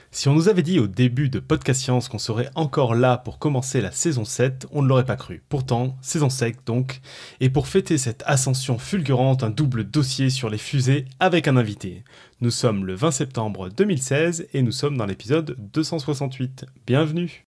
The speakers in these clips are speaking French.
Si on nous avait dit au début de Podcast Science qu'on serait encore là pour commencer la saison 7, on ne l'aurait pas cru. Pourtant, saison 7 donc, et pour fêter cette ascension fulgurante, un double dossier sur les fusées avec un invité. Nous sommes le 20 septembre 2016 et nous sommes dans l'épisode 268. Bienvenue.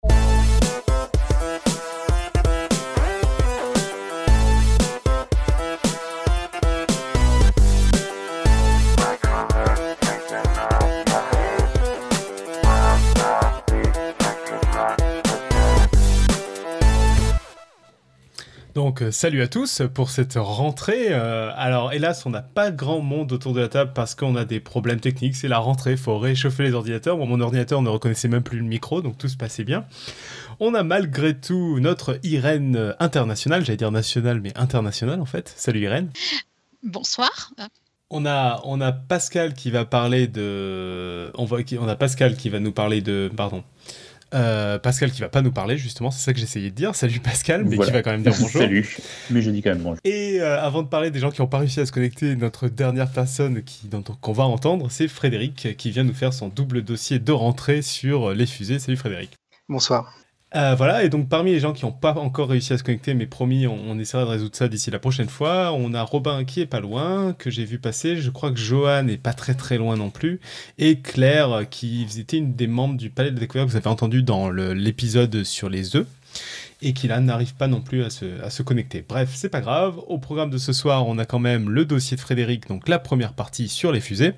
Donc salut à tous pour cette rentrée. Alors hélas on n'a pas grand monde autour de la table parce qu'on a des problèmes techniques, c'est la rentrée, il faut réchauffer les ordinateurs. Bon, mon ordinateur ne reconnaissait même plus le micro, donc tout se passait bien. On a malgré tout notre Irène internationale, j'allais dire nationale mais internationale en fait. Salut Irène. Bonsoir. On a Pascal qui va parler de... On a Pascal qui va nous parler de... Pascal qui va pas nous parler justement, c'est ça que j'essayais de dire. Salut Pascal, mais voilà. Qui va quand même dire bonjour. Salut, mais je dis quand même bonjour. Et avant de parler des gens qui n'ont pas réussi à se connecter, notre dernière personne qu'on va entendre, c'est Frédéric qui vient nous faire son double dossier de rentrée sur les fusées. Salut Frédéric. Bonsoir. Voilà, et donc parmi les gens qui n'ont pas encore réussi à se connecter, mais promis, on essaiera de résoudre ça d'ici la prochaine fois, on a Robin qui est pas loin, que j'ai vu passer, je crois que Johan est pas très très loin non plus, et Claire qui était une des membres du Palais de la Découverte que vous avez entendu dans l'épisode sur les œufs, et qui là n'arrive pas non plus à se connecter. Bref, c'est pas grave, au programme de ce soir, on a quand même le dossier de Frédéric, donc la première partie sur les fusées.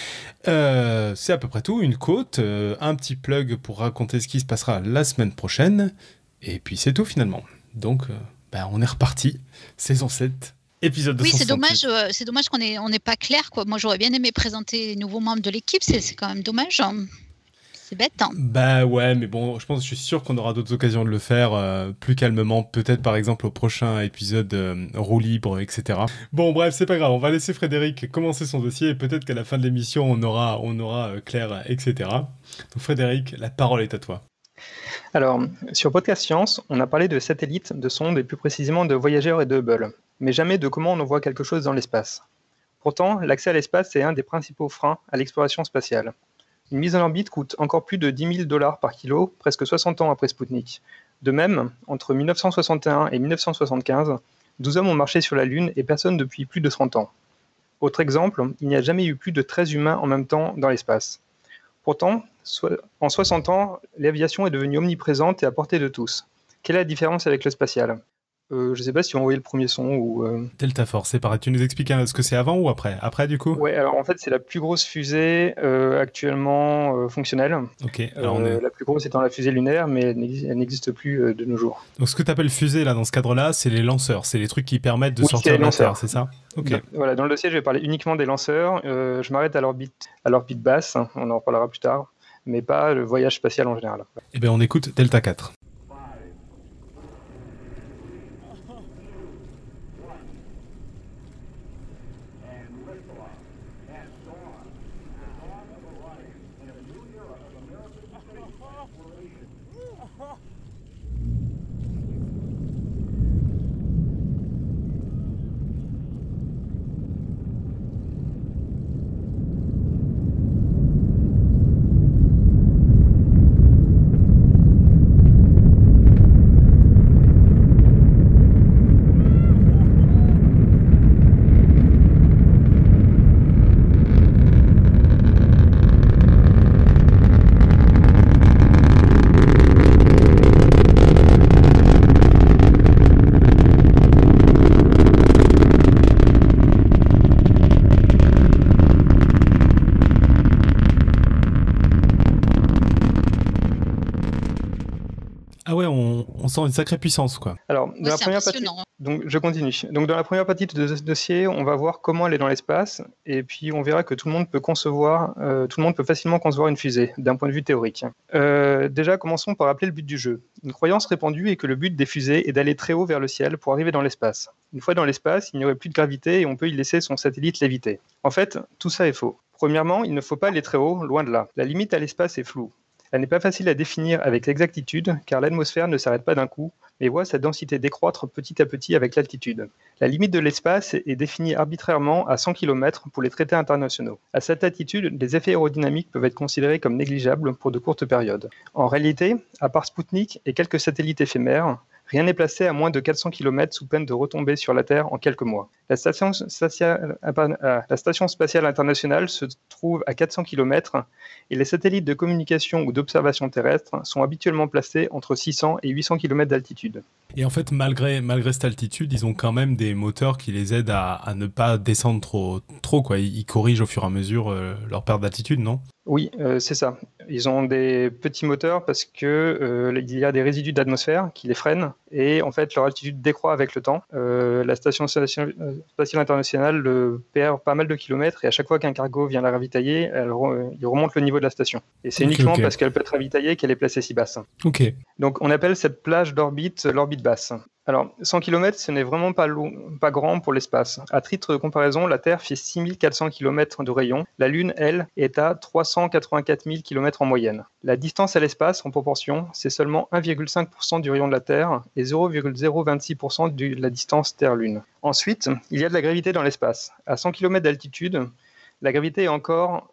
C'est à peu près tout, une côte, un petit plug pour raconter ce qui se passera la semaine prochaine, et puis c'est tout finalement. Donc, on est reparti, saison 7, épisode 268. Oui, c'est dommage qu'on n'est pas clair, quoi. Moi, j'aurais bien aimé présenter les nouveaux membres de l'équipe, c'est quand même dommage. Hein. C'est bête. Hein. Bah ouais, mais bon, je suis sûr qu'on aura d'autres occasions de le faire plus calmement, peut-être par exemple au prochain épisode roue libre, etc. Bon bref, c'est pas grave, on va laisser Frédéric commencer son dossier et peut-être qu'à la fin de l'émission on aura Claire, etc. Donc Frédéric, la parole est à toi. Alors, sur Podcast Science, on a parlé de satellites, de sondes et plus précisément de voyageurs et de Hubble, mais jamais de comment on envoie quelque chose dans l'espace. Pourtant, l'accès à l'espace est un des principaux freins à l'exploration spatiale. Une mise en orbite coûte encore plus de $10 000 par kilo, presque 60 ans après Spoutnik. De même, entre 1961 et 1975, 12 hommes ont marché sur la Lune et personne depuis plus de 30 ans. Autre exemple, il n'y a jamais eu plus de 13 humains en même temps dans l'espace. Pourtant, en 60 ans, l'aviation est devenue omniprésente et à portée de tous. Quelle est la différence avec le spatial ? Je ne sais pas si on voyait le premier son ou... Delta Force, c'est pareil. Tu nous expliques ce que c'est avant ou après ? Après, du coup ? Ouais, alors en fait, c'est la plus grosse fusée actuellement fonctionnelle. Ok. La plus grosse étant la fusée lunaire, mais elle n'existe plus de nos jours. Donc, ce que tu appelles fusée, là, dans ce cadre-là, c'est les lanceurs. C'est les trucs qui permettent de sortir de la Terre, c'est ça ? Ok. Voilà, dans le dossier, je vais parler uniquement des lanceurs. Je m'arrête à l'orbite basse, on en reparlera plus tard, mais pas le voyage spatial en général. Eh bien, on écoute Delta 4. Ah ouais, on sent une sacrée puissance, quoi. Alors, dans la première partie, donc je continue. Donc, dans la première partie de ce dossier, on va voir comment aller dans l'espace, et puis on verra que tout le monde peut facilement concevoir une fusée, d'un point de vue théorique. Déjà, commençons par rappeler le but du jeu. Une croyance répandue est que le but des fusées est d'aller très haut vers le ciel pour arriver dans l'espace. Une fois dans l'espace, il n'y aurait plus de gravité et on peut y laisser son satellite léviter. En fait, tout ça est faux. Premièrement, il ne faut pas aller très haut, loin de là. La limite à l'espace est floue. Elle n'est pas facile à définir avec exactitude car l'atmosphère ne s'arrête pas d'un coup, mais voit sa densité décroître petit à petit avec l'altitude. La limite de l'espace est définie arbitrairement à 100 km pour les traités internationaux. À cette altitude, les effets aérodynamiques peuvent être considérés comme négligeables pour de courtes périodes. En réalité, à part Sputnik et quelques satellites éphémères, rien n'est placé à moins de 400 km sous peine de retomber sur la Terre en quelques mois. La Station spatiale internationale se trouve à 400 km et les satellites de communication ou d'observation terrestre sont habituellement placés entre 600 et 800 km d'altitude. Et en fait, malgré cette altitude, ils ont quand même des moteurs qui les aident à ne pas descendre trop quoi. Ils corrigent au fur et à mesure leur perte d'altitude, non ? Oui, c'est ça. Ils ont des petits moteurs parce que il y a des résidus d'atmosphère qui les freinent et en fait leur altitude décroît avec le temps. La Station spatiale internationale perd pas mal de kilomètres et à chaque fois qu'un cargo vient la ravitailler, il remonte le niveau de la station. Et c'est uniquement parce qu'elle peut être ravitaillée qu'elle est placée si basse. Ok. Donc on appelle cette plage d'orbite l'orbite basse. Alors, 100 km, ce n'est vraiment pas grand pour l'espace. À titre de comparaison, la Terre fait 6400 km de rayon. La Lune, elle, est à 384 000 km en moyenne. La distance à l'espace, en proportion, c'est seulement 1,5% du rayon de la Terre et 0,026% de la distance Terre-Lune. Ensuite, il y a de la gravité dans l'espace. À 100 km d'altitude, la gravité est encore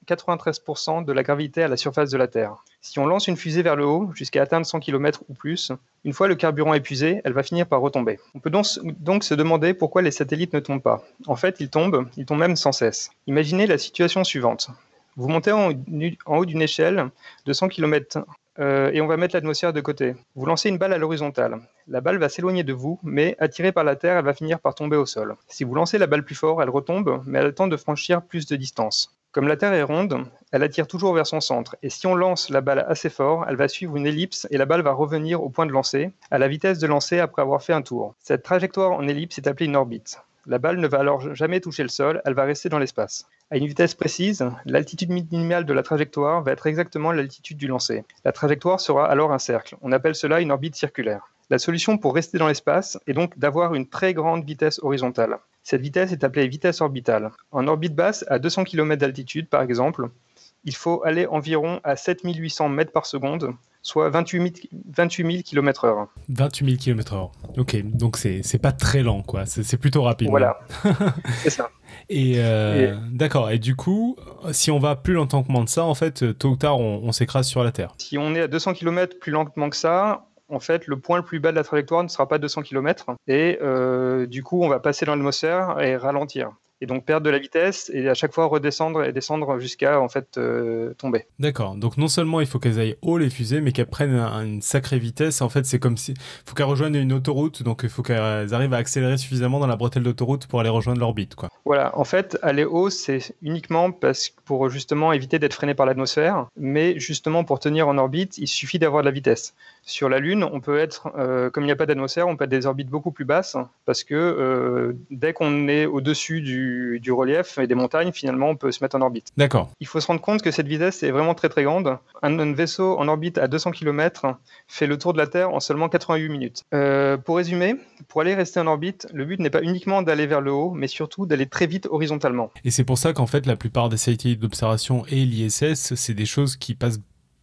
93% de la gravité à la surface de la Terre. Si on lance une fusée vers le haut, jusqu'à atteindre 100 km ou plus, une fois le carburant épuisé, elle va finir par retomber. On peut donc se demander pourquoi les satellites ne tombent pas. En fait, ils tombent même sans cesse. Imaginez la situation suivante. Vous montez en haut d'une échelle de 100 km et on va mettre l'atmosphère de côté. Vous lancez une balle à l'horizontale. La balle va s'éloigner de vous, mais attirée par la Terre, elle va finir par tomber au sol. Si vous lancez la balle plus fort, elle retombe, mais elle a le temps de franchir plus de distance. Comme la Terre est ronde, elle attire toujours vers son centre, et si on lance la balle assez fort, elle va suivre une ellipse et la balle va revenir au point de lancer, à la vitesse de lancer après avoir fait un tour. Cette trajectoire en ellipse est appelée une orbite. La balle ne va alors jamais toucher le sol, elle va rester dans l'espace. À une vitesse précise, l'altitude minimale de la trajectoire va être exactement l'altitude du lancer. La trajectoire sera alors un cercle. On appelle cela une orbite circulaire. La solution pour rester dans l'espace est donc d'avoir une très grande vitesse horizontale. Cette vitesse est appelée vitesse orbitale. En orbite basse, à 200 km d'altitude par exemple, il faut aller environ à 7800 mètres par seconde, soit 28 000 km/h. 28 000 km/h. Ok, donc c'est pas très lent, quoi. C'est plutôt rapide. Voilà, c'est ça. Et d'accord, et du coup, si on va plus lentement que ça, en fait, tôt ou tard, on s'écrase sur la Terre. Si on est à 200 km plus lentement que ça, en fait, le point le plus bas de la trajectoire ne sera pas 200 km, et du coup, on va passer dans l'atmosphère et ralentir. Et donc perdre de la vitesse et à chaque fois redescendre et descendre jusqu'à en fait tomber. D'accord. Donc non seulement il faut qu'elles aillent haut les fusées, mais qu'elles prennent une sacrée vitesse. En fait, c'est comme si faut qu'elles rejoignent une autoroute, donc il faut qu'elles arrivent à accélérer suffisamment dans la bretelle d'autoroute pour aller rejoindre l'orbite, quoi. Voilà. En fait, aller haut, c'est uniquement pour justement éviter d'être freiné par l'atmosphère, mais justement pour tenir en orbite, il suffit d'avoir de la vitesse. Sur la Lune, on peut être, comme il n'y a pas d'atmosphère, on peut être des orbites beaucoup plus basses, parce que dès qu'on est au-dessus du relief et des montagnes, finalement, on peut se mettre en orbite. D'accord. Il faut se rendre compte que cette vitesse est vraiment très très grande. Un vaisseau en orbite à 200 km fait le tour de la Terre en seulement 88 minutes. Pour résumer, pour aller rester en orbite, le but n'est pas uniquement d'aller vers le haut, mais surtout d'aller très vite horizontalement. Et c'est pour ça qu'en fait, la plupart des satellites d'observation et l'ISS, c'est des choses qui passent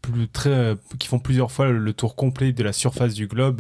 qui font plusieurs fois le tour complet de la surface du globe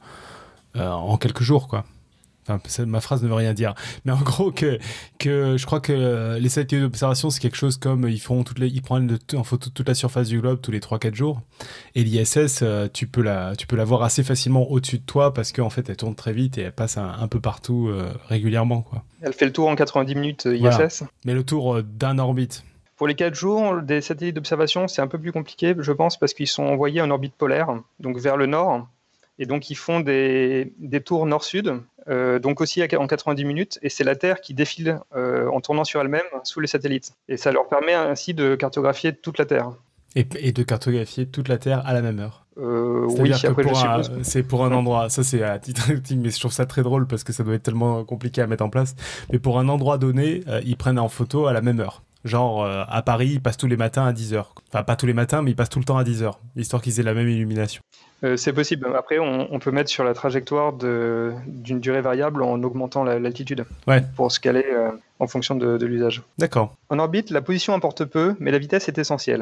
en quelques jours, quoi. Enfin, ma phrase ne veut rien dire. Mais en gros, que je crois que les satellites d'observation, c'est quelque chose comme ils prennent en photo toute la surface du globe tous les 3-4 jours. Et l'ISS, tu peux la voir assez facilement au-dessus de toi parce qu'en fait, elle tourne très vite et elle passe un peu partout régulièrement, quoi. Elle fait le tour en 90 minutes, ISS. Voilà. Mais le tour d'un orbite. Pour les 4 jours, des satellites d'observation, c'est un peu plus compliqué, je pense, parce qu'ils sont envoyés en orbite polaire, donc vers le nord. Et donc, ils font des tours nord-sud, donc aussi en 90 minutes. Et c'est la Terre qui défile en tournant sur elle-même sous les satellites. Et ça leur permet ainsi de cartographier toute la Terre. Et de cartographier toute la Terre à la même heure. Oui, après, je suppose. C'est pour un endroit, ça c'est à titre ultime, mais je trouve ça très drôle parce que ça doit être tellement compliqué à mettre en place. Mais pour un endroit donné, ils prennent en photo à la même heure. Genre, à Paris, ils passent tous les matins à 10h. Enfin, pas tous les matins, mais ils passent tout le temps à 10h, histoire qu'ils aient la même illumination. C'est possible. Après, on peut mettre sur la trajectoire d'une durée variable en augmentant l'altitude. Ouais. Pour se caler en fonction de l'usage. D'accord. En orbite, la position importe peu, mais la vitesse est essentielle.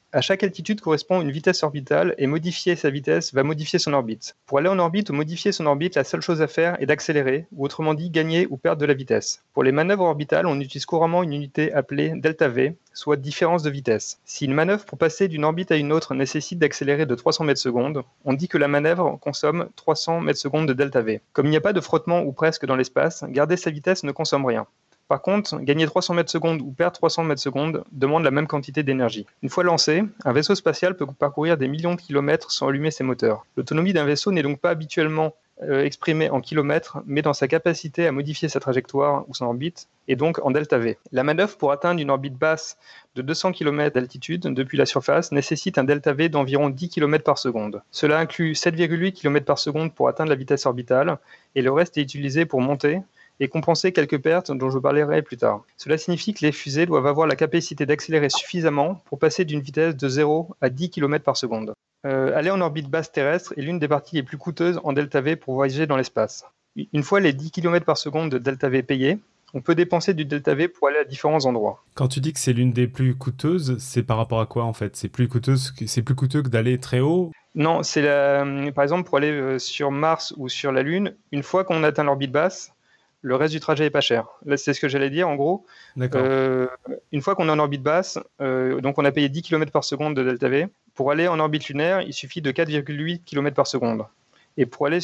À chaque altitude correspond une vitesse orbitale et modifier sa vitesse va modifier son orbite. Pour aller en orbite ou modifier son orbite, la seule chose à faire est d'accélérer, ou autrement dit gagner ou perdre de la vitesse. Pour les manœuvres orbitales, on utilise couramment une unité appelée ΔV, soit différence de vitesse. Si une manœuvre pour passer d'une orbite à une autre nécessite d'accélérer de 300 mètres secondes, on dit que la manœuvre consomme 300 mètres secondes de ΔV. Comme il n'y a pas de frottement ou presque dans l'espace, garder sa vitesse ne consomme rien. Par contre, gagner 300 mètres secondes ou perdre 300 mètres secondes demande la même quantité d'énergie. Une fois lancé, un vaisseau spatial peut parcourir des millions de kilomètres sans allumer ses moteurs. L'autonomie d'un vaisseau n'est donc pas habituellement exprimée en kilomètres, mais dans sa capacité à modifier sa trajectoire ou son orbite, et donc en ΔV. La manœuvre pour atteindre une orbite basse de 200 km d'altitude depuis la surface nécessite un ΔV d'environ 10 km par seconde. Cela inclut 7,8 km par seconde pour atteindre la vitesse orbitale, et le reste est utilisé pour monter, et compenser quelques pertes dont je parlerai plus tard. Cela signifie que les fusées doivent avoir la capacité d'accélérer suffisamment pour passer d'une vitesse de 0 à 10 km par seconde. Aller en orbite basse terrestre est l'une des parties les plus coûteuses en ΔV pour voyager dans l'espace. Une fois les 10 km par seconde de ΔV payés, on peut dépenser du ΔV pour aller à différents endroits. Quand tu dis que c'est l'une des plus coûteuses, c'est par rapport à quoi en fait ? C'est plus coûteux que d'aller très haut ? Non, par exemple pour aller sur Mars ou sur la Lune, une fois qu'on atteint l'orbite basse, le reste du trajet est pas cher. Là, c'est ce que j'allais dire, en gros. D'accord. Une fois qu'on est en orbite basse, donc on a payé 10 km par seconde de ΔV. Pour aller en orbite lunaire, il suffit de 4,8 km par seconde. Et pour aller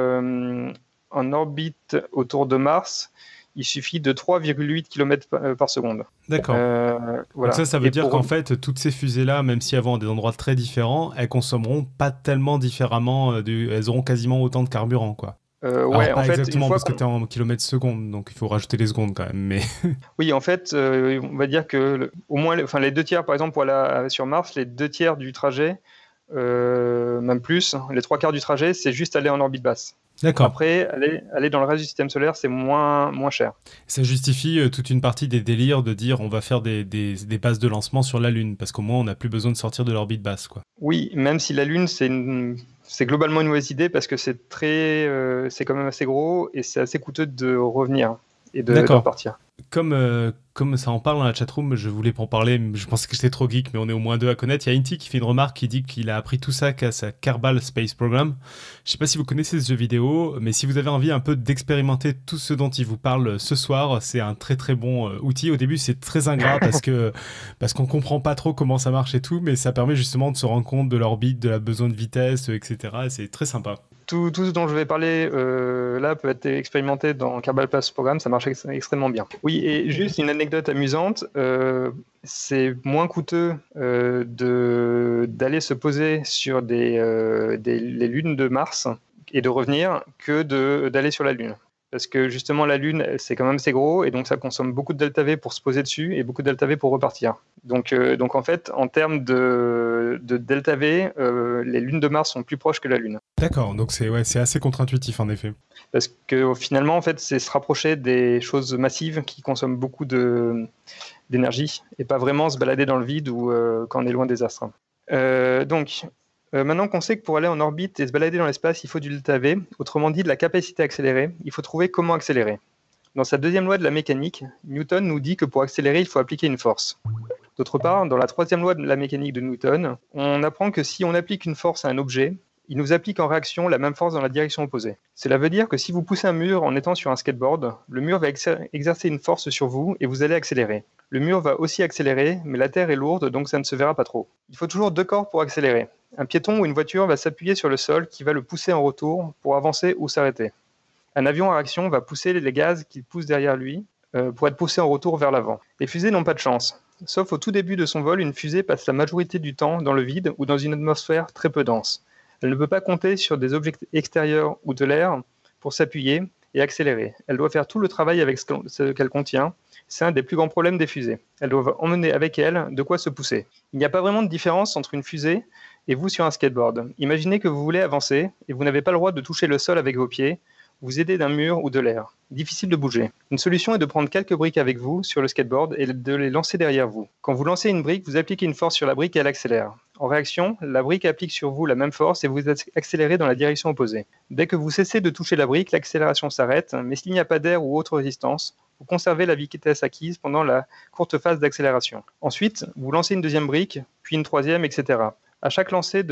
en orbite autour de Mars, il suffit de 3,8 km par seconde. D'accord. Voilà. Donc ça veut dire qu'en fait, toutes ces fusées-là, même si elles vont à des endroits très différents, elles consommeront pas tellement différemment, elles auront quasiment autant de carburant, quoi. Ouais, alors, pas en fait, exactement parce que tu es en kilomètres secondes, donc il faut rajouter les secondes quand même. Mais... Oui, en fait, on va dire que au moins, les 2 tiers, par exemple, pour aller sur Mars, les 2 tiers du trajet, même plus, les 3 quarts du trajet, c'est juste aller en orbite basse. D'accord. Après, aller dans le reste du système solaire, c'est moins cher. Ça justifie toute une partie des délires de dire on va faire des bases de lancement sur la Lune, parce qu'au moins on n'a plus besoin de sortir de l'orbite basse, quoi. Oui, même si la Lune, c'est globalement une mauvaise idée parce que c'est quand même assez gros et c'est assez coûteux de revenir et de repartir. Comme ça en parle dans la chatroom, je voulais pas en parler, je pensais que j'étais trop geek, mais on est au moins 2 à connaître. Il y a Inti qui fait une remarque qui dit qu'il a appris tout ça qu'à sa Kerbal Space Program. Je sais pas si vous connaissez ce jeu vidéo, mais si vous avez envie un peu d'expérimenter tout ce dont il vous parle ce soir, c'est un très très bon outil. Au début, c'est très ingrat parce qu'on comprend pas trop comment ça marche et tout, mais ça permet justement de se rendre compte de l'orbite, de la besoin de vitesse, etc. Et c'est très sympa. Tout ce dont je vais parler là peut être expérimenté dans Kerbal Space Program, ça marche extrêmement bien. Oui, et juste une anecdote amusante, c'est moins coûteux d'aller se poser sur les lunes de Mars et de revenir que d'aller sur la Lune. Parce que justement, la Lune, c'est quand même assez gros, et donc ça consomme beaucoup de ΔV pour se poser dessus et beaucoup de ΔV pour repartir. Donc en fait, en termes de ΔV, les lunes de Mars sont plus proches que la Lune. D'accord, donc c'est assez contre-intuitif en effet. Parce que finalement, en fait, c'est se rapprocher des choses massives qui consomment beaucoup d'énergie, et pas vraiment se balader dans le vide ou quand on est loin des astres. Maintenant qu'on sait que pour aller en orbite et se balader dans l'espace, il faut du ΔV, autrement dit de la capacité à accélérer, il faut trouver comment accélérer. Dans sa deuxième loi de la mécanique, Newton nous dit que pour accélérer, il faut appliquer une force. D'autre part, dans la troisième loi de la mécanique de Newton, on apprend que si on applique une force à un objet, il nous applique en réaction la même force dans la direction opposée. Cela veut dire que si vous poussez un mur en étant sur un skateboard, le mur va exercer une force sur vous et vous allez accélérer. Le mur va aussi accélérer, mais la terre est lourde, donc ça ne se verra pas trop. Il faut toujours 2 corps pour accélérer. Un piéton ou une voiture va s'appuyer sur le sol qui va le pousser en retour pour avancer ou s'arrêter. Un avion en réaction va pousser les gaz qu'il pousse derrière lui pour être poussé en retour vers l'avant. Les fusées n'ont pas de chance. Sauf au tout début de son vol, une fusée passe la majorité du temps dans le vide ou dans une atmosphère très peu dense. Elle ne peut pas compter sur des objets extérieurs ou de l'air pour s'appuyer et accélérer. Elle doit faire tout le travail avec ce qu'elle contient. C'est un des plus grands problèmes des fusées. Elles doivent emmener avec elles de quoi se pousser. Il n'y a pas vraiment de différence entre une fusée et vous sur un skateboard. Imaginez que vous voulez avancer et vous n'avez pas le droit de toucher le sol avec vos pieds. vous aidez d'un mur ou de l'air. Difficile de bouger. Une solution est de prendre quelques briques avec vous sur le skateboard et de les lancer derrière vous. Quand vous lancez une brique, vous appliquez une force sur la brique et elle accélère. En réaction, la brique applique sur vous la même force et vous accélérez dans la direction opposée. Dès que vous cessez de toucher la brique, l'accélération s'arrête, mais s'il n'y a pas d'air ou autre résistance, vous conservez la vitesse acquise pendant la courte phase d'accélération. Ensuite, vous lancez une deuxième brique, puis une troisième, etc. À chaque lancer,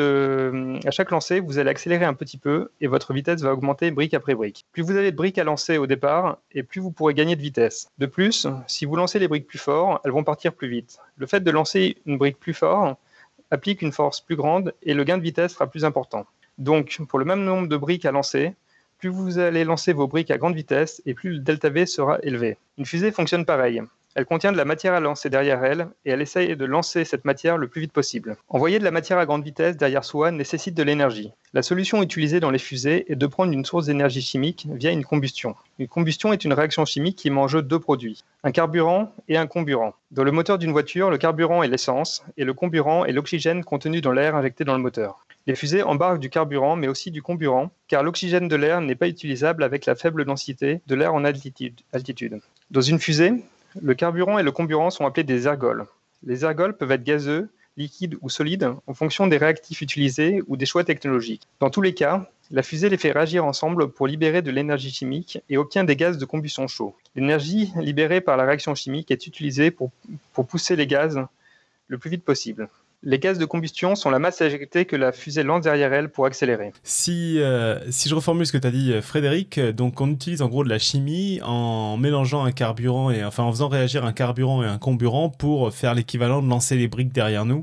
vous allez accélérer un petit peu et votre vitesse va augmenter brique après brique. Plus vous avez de briques à lancer au départ, et plus vous pourrez gagner de vitesse. De plus, si vous lancez les briques plus fort, elles vont partir plus vite. Le fait de lancer une brique plus fort applique une force plus grande et le gain de vitesse sera plus important. Donc, pour le même nombre de briques à lancer, plus vous allez lancer vos briques à grande vitesse et plus le delta V sera élevé. Une fusée fonctionne pareil. Elle contient de la matière à lancer derrière elle et elle essaye de lancer cette matière le plus vite possible. Envoyer de la matière à grande vitesse derrière soi nécessite de l'énergie. La solution utilisée dans les fusées est de prendre une source d'énergie chimique via une combustion. Une combustion est une réaction chimique qui met en jeu deux produits, un carburant et un comburant. Dans le moteur d'une voiture, le carburant est l'essence et le comburant est l'oxygène contenu dans l'air injecté dans le moteur. Les fusées embarquent du carburant mais aussi du comburant car l'oxygène de l'air n'est pas utilisable avec la faible densité de l'air en altitude. Dans une fusée, le carburant et le comburant sont appelés des ergols. Les ergols peuvent être gazeux, liquides ou solides en fonction des réactifs utilisés ou des choix technologiques. Dans tous les cas, la fusée les fait réagir ensemble pour libérer de l'énergie chimique et obtient des gaz de combustion chauds. L'énergie libérée par la réaction chimique est utilisée pour pousser les gaz le plus vite possible. Les gaz de combustion sont la masse éjectée que la fusée lance derrière elle pour accélérer. Si je reformule ce que tu as dit, Frédéric, donc on utilise en gros de la chimie en mélangeant un carburant en faisant réagir un carburant et un comburant pour faire l'équivalent de lancer les briques derrière nous.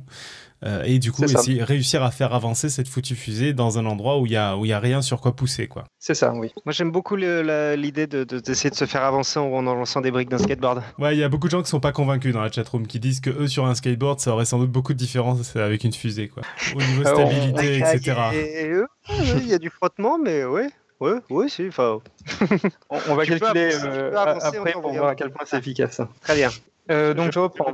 Et du coup, réussir à faire avancer cette foutue fusée dans un endroit où il y a rien sur quoi pousser, quoi. C'est ça, oui. Moi, j'aime beaucoup l'idée d'essayer de se faire avancer en lançant des briques d'un skateboard. Ouais, il y a beaucoup de gens qui sont pas convacus dans la chatroom, qui disent que eux sur un skateboard, ça aurait sans doute beaucoup de différence avec une fusée, quoi. Au niveau stabilité, etc. Il y a du frottement, mais ouais. Ouais, si. Enfin, on va calculer après pour voir à quel point c'est efficace. Très bien. Donc je reprends.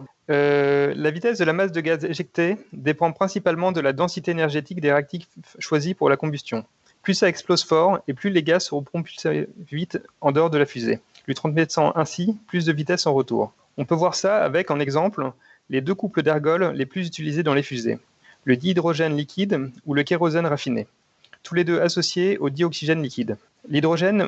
La vitesse de la masse de gaz éjectée dépend principalement de la densité énergétique des réactifs choisis pour la combustion. Plus ça explose fort et plus les gaz seront propulsés vite en dehors de la fusée, lui transmettant ainsi plus de vitesse en retour. On peut voir ça avec, en exemple, les deux couples d'ergols les plus utilisés dans les fusées, le dihydrogène liquide ou le kérosène raffiné, tous les deux associés au dioxygène liquide. L'hydrogène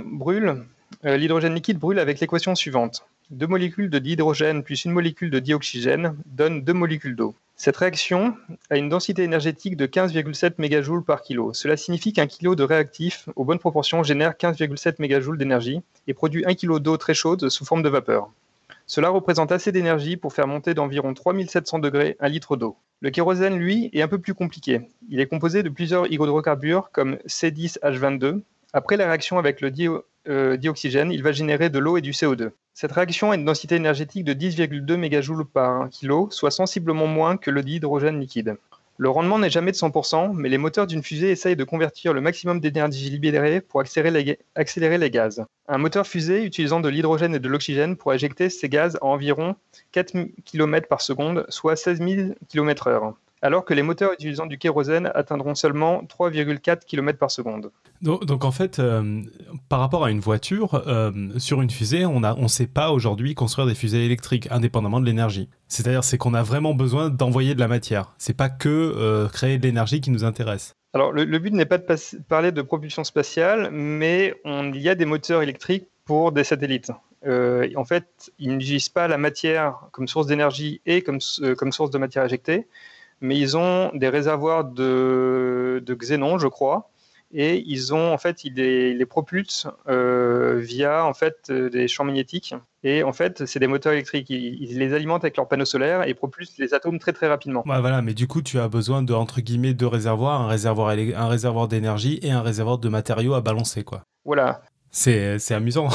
liquide brûle avec l'équation suivante. 2 molécules de dihydrogène plus une molécule de dioxygène donnent 2 molécules d'eau. Cette réaction a une densité énergétique de 15,7 MJ par kilo. Cela signifie qu'un kilo de réactif aux bonnes proportions génère 15,7 MJ d'énergie et produit 1 kg d'eau très chaude sous forme de vapeur. Cela représente assez d'énergie pour faire monter d'environ 3700 degrés un litre d'eau. Le kérosène, lui, est un peu plus compliqué. Il est composé de plusieurs hydrocarbures comme C10H22. Après la réaction avec le dioxygène, il va générer de l'eau et du CO2. Cette réaction a une densité énergétique de 10,2 MJ par kilo, soit sensiblement moins que le dihydrogène liquide. Le rendement n'est jamais de 100%, mais les moteurs d'une fusée essayent de convertir le maximum d'énergie libérée pour accélérer les gaz. Un moteur fusée utilisant de l'hydrogène et de l'oxygène pour éjecter ces gaz à environ 4 km par seconde, soit 16 000 km/h. Alors que les moteurs utilisant du kérosène atteindront seulement 3,4 km par seconde. Donc en fait, par rapport à une voiture, sur une fusée, on ne sait pas aujourd'hui construire des fusées électriques, indépendamment de l'énergie. C'est qu'on a vraiment besoin d'envoyer de la matière. C'est pas que créer de l'énergie qui nous intéresse. Alors le but n'est pas de parler de propulsion spatiale, mais il y a des moteurs électriques pour des satellites. En fait, ils n'utilisent pas la matière comme source d'énergie et comme source de matière éjectée, mais ils ont des réservoirs de xénon, je crois, et ils les propulsent via des champs magnétiques. Et en fait, c'est des moteurs électriques. Ils les alimentent avec leurs panneaux solaires et propulsent les atomes très très rapidement. Ouais, voilà, mais du coup, tu as besoin de, entre guillemets, deux réservoirs, un réservoir d'énergie et un réservoir de matériaux à balancer, quoi. Voilà. C'est amusant.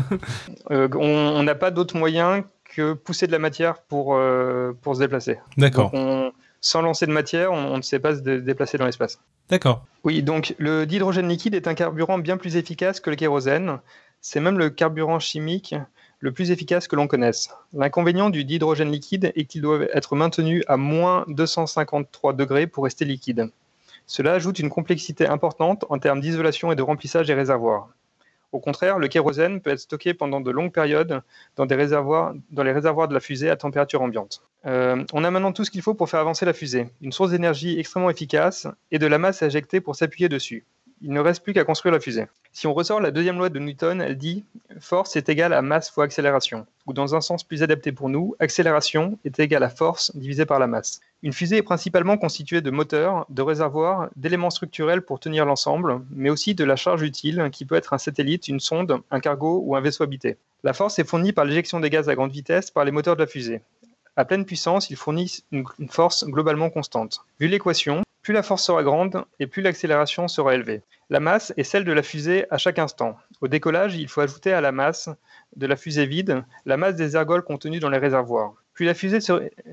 On n'a pas d'autre moyen que pousser de la matière pour se déplacer. D'accord. Donc sans lancer de matière, on ne sait pas se déplacer dans l'espace. D'accord. Oui, donc le dihydrogène liquide est un carburant bien plus efficace que le kérosène. C'est même le carburant chimique le plus efficace que l'on connaisse. L'inconvénient du dihydrogène liquide est qu'il doit être maintenu à moins 253 degrés pour rester liquide. Cela ajoute une complexité importante en termes d'isolation et de remplissage des réservoirs. Au contraire, le kérosène peut être stocké pendant de longues périodes dans les réservoirs de la fusée à température ambiante. On a maintenant tout ce qu'il faut pour faire avancer la fusée. Une source d'énergie extrêmement efficace et de la masse à éjecter pour s'appuyer dessus. Il ne reste plus qu'à construire la fusée. Si on ressort la deuxième loi de Newton, elle dit « force est égale à masse fois accélération », ou dans un sens plus adapté pour nous, accélération est égale à force divisée par la masse. Une fusée est principalement constituée de moteurs, de réservoirs, d'éléments structurels pour tenir l'ensemble, mais aussi de la charge utile qui peut être un satellite, une sonde, un cargo ou un vaisseau habité. La force est fournie par l'éjection des gaz à grande vitesse par les moteurs de la fusée. À pleine puissance, ils fournissent une force globalement constante. Vu l'équation, plus la force sera grande et plus l'accélération sera élevée. La masse est celle de la fusée à chaque instant. Au décollage, il faut ajouter à la masse de la fusée vide la masse des ergols contenus dans les réservoirs. Plus la fusée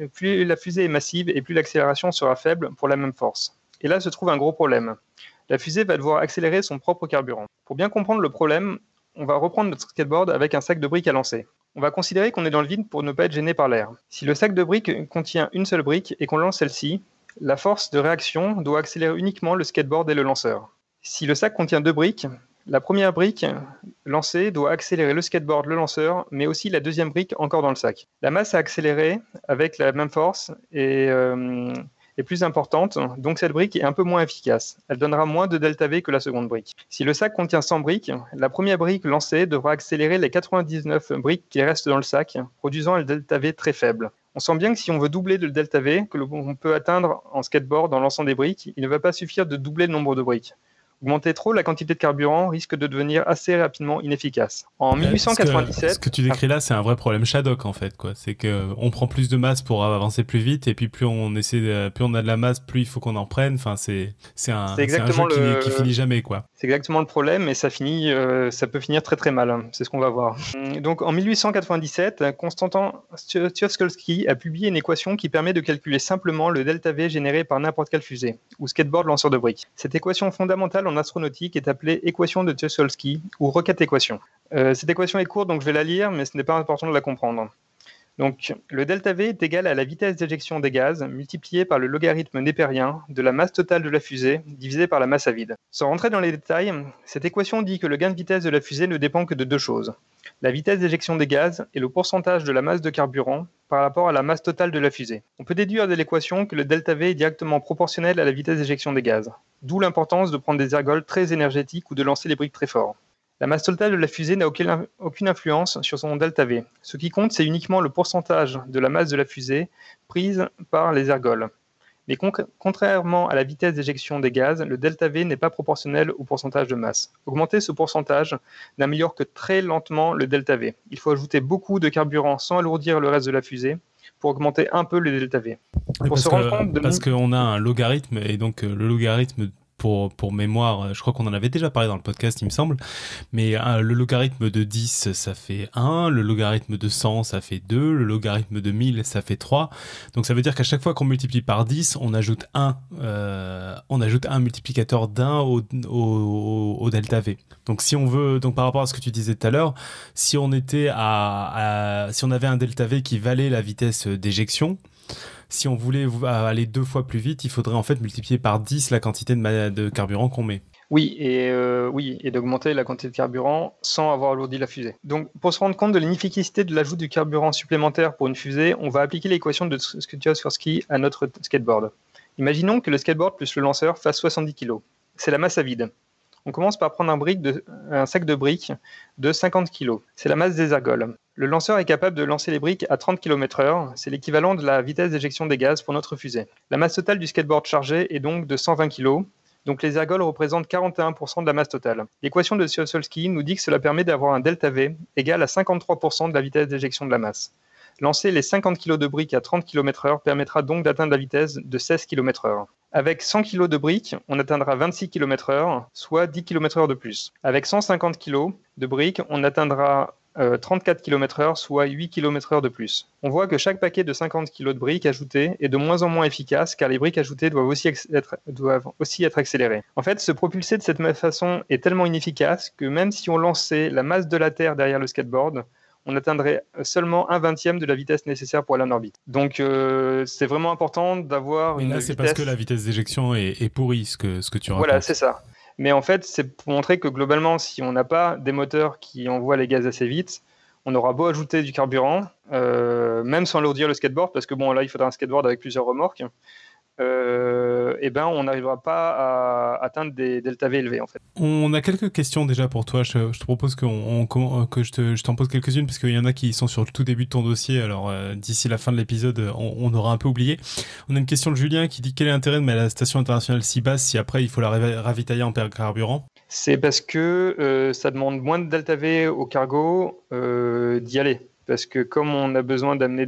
est massive et plus l'accélération sera faible pour la même force. Et là se trouve un gros problème. La fusée va devoir accélérer son propre carburant. Pour bien comprendre le problème, on va reprendre notre skateboard avec un sac de briques à lancer. On va considérer qu'on est dans le vide pour ne pas être gêné par l'air. Si le sac de briques contient une seule brique et qu'on lance celle-ci, la force de réaction doit accélérer uniquement le skateboard et le lanceur. Si le sac contient 2 briques, la première brique lancée doit accélérer le skateboard, le lanceur, mais aussi la deuxième brique encore dans le sac. La masse à accélérer avec la même force est plus importante, donc cette brique est un peu moins efficace. Elle donnera moins de delta V que la seconde brique. Si le sac contient 100 briques, la première brique lancée devra accélérer les 99 briques qui restent dans le sac, produisant un delta V très faible. On sent bien que si on veut doubler le delta V que l'on peut atteindre en skateboard en lançant des briques, il ne va pas suffire de doubler le nombre de briques. Augmenter trop la quantité de carburant risque de devenir assez rapidement inefficace. En 1897... Ce que tu décris là, c'est un vrai problème Shadok en fait, quoi. C'est qu'on prend plus de masse pour avancer plus vite, et puis plus on a de la masse, plus il faut qu'on en prenne. Enfin, c'est un jeu qui finit jamais, quoi. C'est exactement le problème, et ça peut finir très très mal. C'est ce qu'on va voir. Donc en 1897, Konstantin Tsiolkovsky a publié une équation qui permet de calculer simplement le delta V généré par n'importe quelle fusée, ou skateboard lanceur de briques. Cette équation fondamentale en astronautique est appelée équation de Tsiolkovsky ou Rocket équation. Cette équation est courte, donc je vais la lire, mais ce n'est pas important de la comprendre. Donc, le delta V est égal à la vitesse d'éjection des gaz multipliée par le logarithme népérien de la masse totale de la fusée divisée par la masse à vide. Sans rentrer dans les détails, cette équation dit que le gain de vitesse de la fusée ne dépend que de 2 choses. La vitesse d'éjection des gaz et le pourcentage de la masse de carburant par rapport à la masse totale de la fusée. On peut déduire de l'équation que le delta V est directement proportionnel à la vitesse d'éjection des gaz, d'où l'importance de prendre des ergols très énergétiques ou de lancer les briques très fort. La masse totale de la fusée n'a aucune influence sur son delta V. Ce qui compte, c'est uniquement le pourcentage de la masse de la fusée prise par les ergols. Mais contrairement à la vitesse d'éjection des gaz, le delta V n'est pas proportionnel au pourcentage de masse. Augmenter ce pourcentage n'améliore que très lentement le delta V. Il faut ajouter beaucoup de carburant sans alourdir le reste de la fusée pour augmenter un peu le delta V. Parce qu'on a un logarithme, et donc le logarithme, pour mémoire, je crois qu'on en avait déjà parlé dans le podcast, il me semble, mais le logarithme de 10, ça fait 1, le logarithme de 100, ça fait 2, le logarithme de 1000, ça fait 3. Donc ça veut dire qu'à chaque fois qu'on multiplie par 10, on ajoute un multiplicateur d'1 au delta V. Donc si on veut, donc par rapport à ce que tu disais tout à l'heure, si on avait un delta V qui valait la vitesse d'éjection, si on voulait aller 2 fois plus vite, il faudrait en fait multiplier par 10 la quantité de carburant qu'on met. Oui, et d'augmenter la quantité de carburant sans avoir alourdi la fusée. Donc, pour se rendre compte de l'inefficacité de l'ajout du carburant supplémentaire pour une fusée, on va appliquer l'équation de Tsiolkovsky à notre skateboard. Imaginons que le skateboard plus le lanceur fasse 70 kg. C'est la masse à vide. On commence par prendre un sac de briques de 50 kg. C'est la masse des ergols. Le lanceur est capable de lancer les briques à 30 km/h. C'est l'équivalent de la vitesse d'éjection des gaz pour notre fusée. La masse totale du skateboard chargé est donc de 120 kg. Donc les ergols représentent 41% de la masse totale. L'équation de Tsiolkovsky nous dit que cela permet d'avoir un delta V égal à 53% de la vitesse d'éjection de la masse. Lancer les 50 kg de briques à 30 km/h permettra donc d'atteindre la vitesse de 16 km/h. Avec 100 kg de briques, on atteindra 26 km/h, soit 10 km/h de plus. Avec 150 kg de briques, on atteindra 34 km/h, soit 8 km/h de plus. On voit que chaque paquet de 50 kg de briques ajoutées est de moins en moins efficace car les briques ajoutées doivent aussi être accélérées. En fait, se propulser de cette façon est tellement inefficace que même si on lançait la masse de la Terre derrière le skateboard, on atteindrait seulement 1/20 de la vitesse nécessaire pour aller en orbite. Donc c'est vraiment important d'avoir une vitesse... C'est parce que la vitesse d'éjection est pourrie, ce que tu racontes. Voilà, c'est ça. Mais en fait, c'est pour montrer que globalement, si on n'a pas des moteurs qui envoient les gaz assez vite, on aura beau ajouter du carburant, même sans alourdir le skateboard, parce que bon, là, il faudra un skateboard avec plusieurs remorques, et ben, on n'arrivera pas à atteindre des delta V élevés, en fait. On a quelques questions déjà pour toi. Je te propose que je t'en pose quelques-unes, parce qu'il y en a qui sont sur le tout début de ton dossier. Alors, d'ici la fin de l'épisode, on aura un peu oublié. On a une question de Julien qui dit: quel est l'intérêt de mettre la station internationale si basse si après il faut la ravitailler en carburant? C'est parce que ça demande moins de delta V au cargo d'y aller. Parce que comme on a besoin d'amener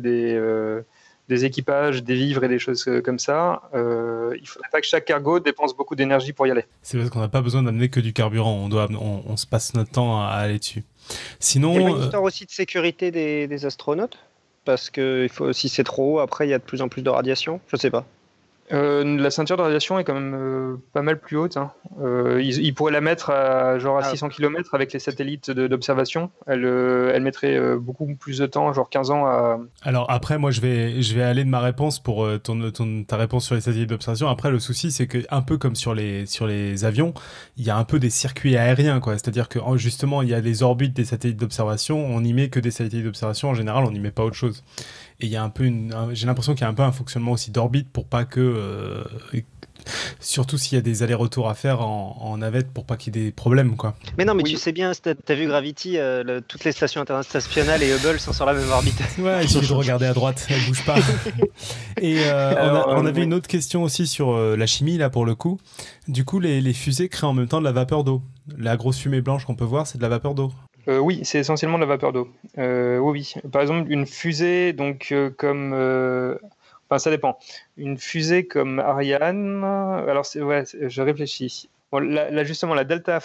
des équipages, des vivres et des choses comme ça, il ne faudrait pas que chaque cargo dépense beaucoup d'énergie pour y aller. C'est parce qu'on n'a pas besoin d'amener que du carburant. On se passe notre temps à aller dessus. Sinon, il y a une histoire aussi de sécurité des astronautes, parce que si c'est trop haut, après il y a de plus en plus de radiation. Je sais pas. La ceinture de radiation est quand même pas mal plus haute. Hein. Ils pourraient la mettre à 600 km avec les satellites d'observation. Elle mettrait beaucoup plus de temps, genre 15 ans à... Alors après, moi je vais aller de ma réponse pour ta réponse sur les satellites d'observation. Après, le souci, c'est que un peu comme sur les avions, il y a un peu des circuits aériens, quoi. C'est-à-dire que justement, il y a les orbites des satellites d'observation. On n'y met que des satellites d'observation. En général, on n'y met pas autre chose. Et il y a un peu j'ai l'impression qu'il y a un peu un fonctionnement aussi d'orbite pour pas que surtout s'il y a des allers-retours à faire en navette pour pas qu'il y ait des problèmes, quoi. Mais non, mais tu sais bien, t'as vu Gravity, toutes les stations internationales et Hubble sont sur la même orbite. Ouais, il suffit de regarder à droite, elle bouge pas. Et on avait une autre question aussi sur la chimie, là, pour le coup. Du coup, les fusées créent en même temps de la vapeur d'eau. La grosse fumée blanche qu'on peut voir, c'est de la vapeur d'eau. Oui, c'est essentiellement de la vapeur d'eau. Oui. Par exemple, une fusée, donc comme... Enfin, ça dépend. Une fusée comme Ariane... Alors, je réfléchis. Bon, là, justement, la Delta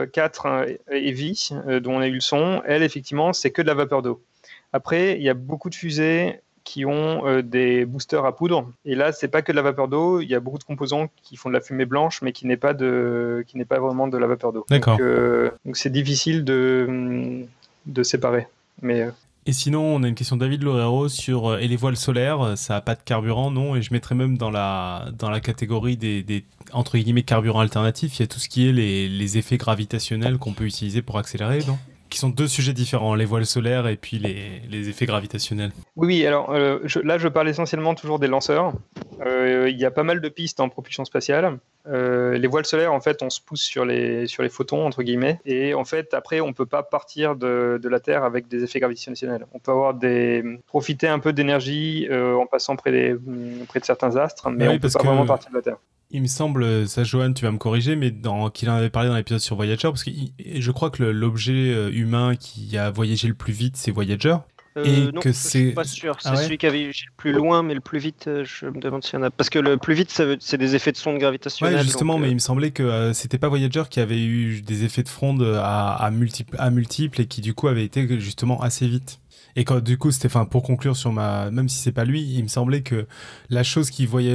4 Heavy, dont on a eu le son, elle, effectivement, c'est que de la vapeur d'eau. Après, il y a beaucoup de fusées qui ont des boosters à poudre. Et là, c'est pas que de la vapeur d'eau. Il y a beaucoup de composants qui font de la fumée blanche, mais qui n'est pas vraiment de la vapeur d'eau. D'accord. Donc c'est difficile de séparer. Mais Et sinon, on a une question de David Lorero sur et les voiles solaires, ça n'a pas de carburant, non? Et je mettrais même dans la catégorie des entre guillemets carburants alternatifs, il y a tout ce qui est les effets gravitationnels qu'on peut utiliser pour accélérer, non? Qui sont deux sujets différents, les voiles solaires et puis les effets gravitationnels. Oui, alors je parle essentiellement toujours des lanceurs. Il y a pas mal de pistes en propulsion spatiale. Les voiles solaires, en fait, on se pousse sur les photons, entre guillemets. Et en fait, après, on ne peut pas partir de la Terre avec des effets gravitationnels. On peut profiter un peu d'énergie en passant près de certains astres, mais on ne peut pas vraiment partir de la Terre. Il me semble, ça Johan, tu vas me corriger, mais qu'il en avait parlé dans l'épisode sur Voyager, parce que je crois que l'objet humain qui a voyagé le plus vite, c'est Voyager. Non, je suis pas sûr. C'est celui qui a voyagé le plus loin, mais le plus vite, je me demande s'il y en a. Parce que le plus vite, c'est des effets de sonde gravitationnelle. Ouais, justement, mais il me semblait que c'était pas Voyager qui avait eu des effets de fronde à multiples et qui du coup avait été justement assez vite. Et quand du coup, pour conclure sur même si c'est pas lui, il me semblait que la chose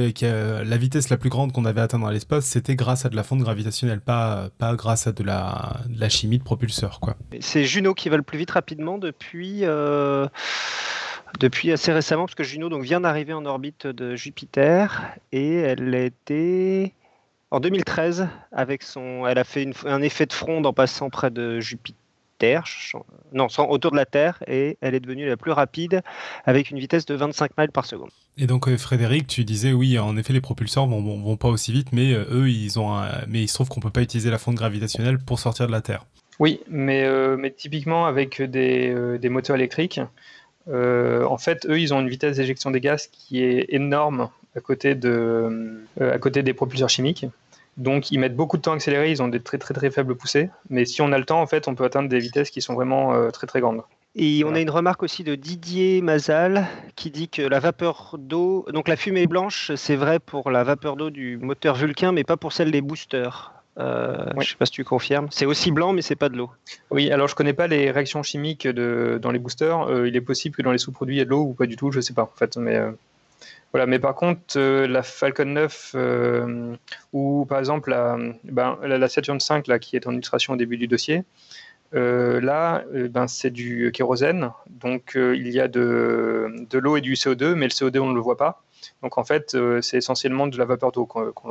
la vitesse la plus grande qu'on avait atteinte dans l'espace, c'était grâce à de la fonte gravitationnelle, pas grâce à de la chimie de propulseur, quoi. C'est Juno qui va le plus vite rapidement depuis assez récemment, parce que Juno vient d'arriver en orbite de Jupiter et elle était en 2013 elle a fait un effet de fronde en passant près de Jupiter. Autour de la Terre, et elle est devenue la plus rapide avec une vitesse de 25 miles par seconde. Et donc Frédéric, tu disais oui, en effet les propulseurs vont pas aussi vite, mais eux mais il se trouve qu'on peut pas utiliser la fonte gravitationnelle pour sortir de la Terre. Oui, mais typiquement avec des moteurs électriques, en fait eux ils ont une vitesse d'éjection des gaz qui est énorme à côté des propulseurs chimiques. Donc, ils mettent beaucoup de temps à accélérer, ils ont des très très très faibles poussées. Mais si on a le temps, en fait, on peut atteindre des vitesses qui sont vraiment très très grandes. Et on a une remarque aussi de Didier Mazal qui dit que la vapeur d'eau, donc la fumée blanche, c'est vrai pour la vapeur d'eau du moteur Vulcain, mais pas pour celle des boosters. Oui. Je ne sais pas si tu confirmes. C'est aussi blanc, mais c'est pas de l'eau. Oui, alors je connais pas les réactions chimiques dans les boosters. Il est possible que dans les sous-produits, il y ait de l'eau ou pas du tout, je sais pas en fait. Mais voilà, mais par contre, la Falcon 9 ou par exemple la Saturn V là, qui est en illustration au début du dossier, c'est du kérosène. Donc il y a de l'eau et du CO2, mais le CO2 on ne le voit pas. Donc en fait, c'est essentiellement de la vapeur d'eau qu'on voit.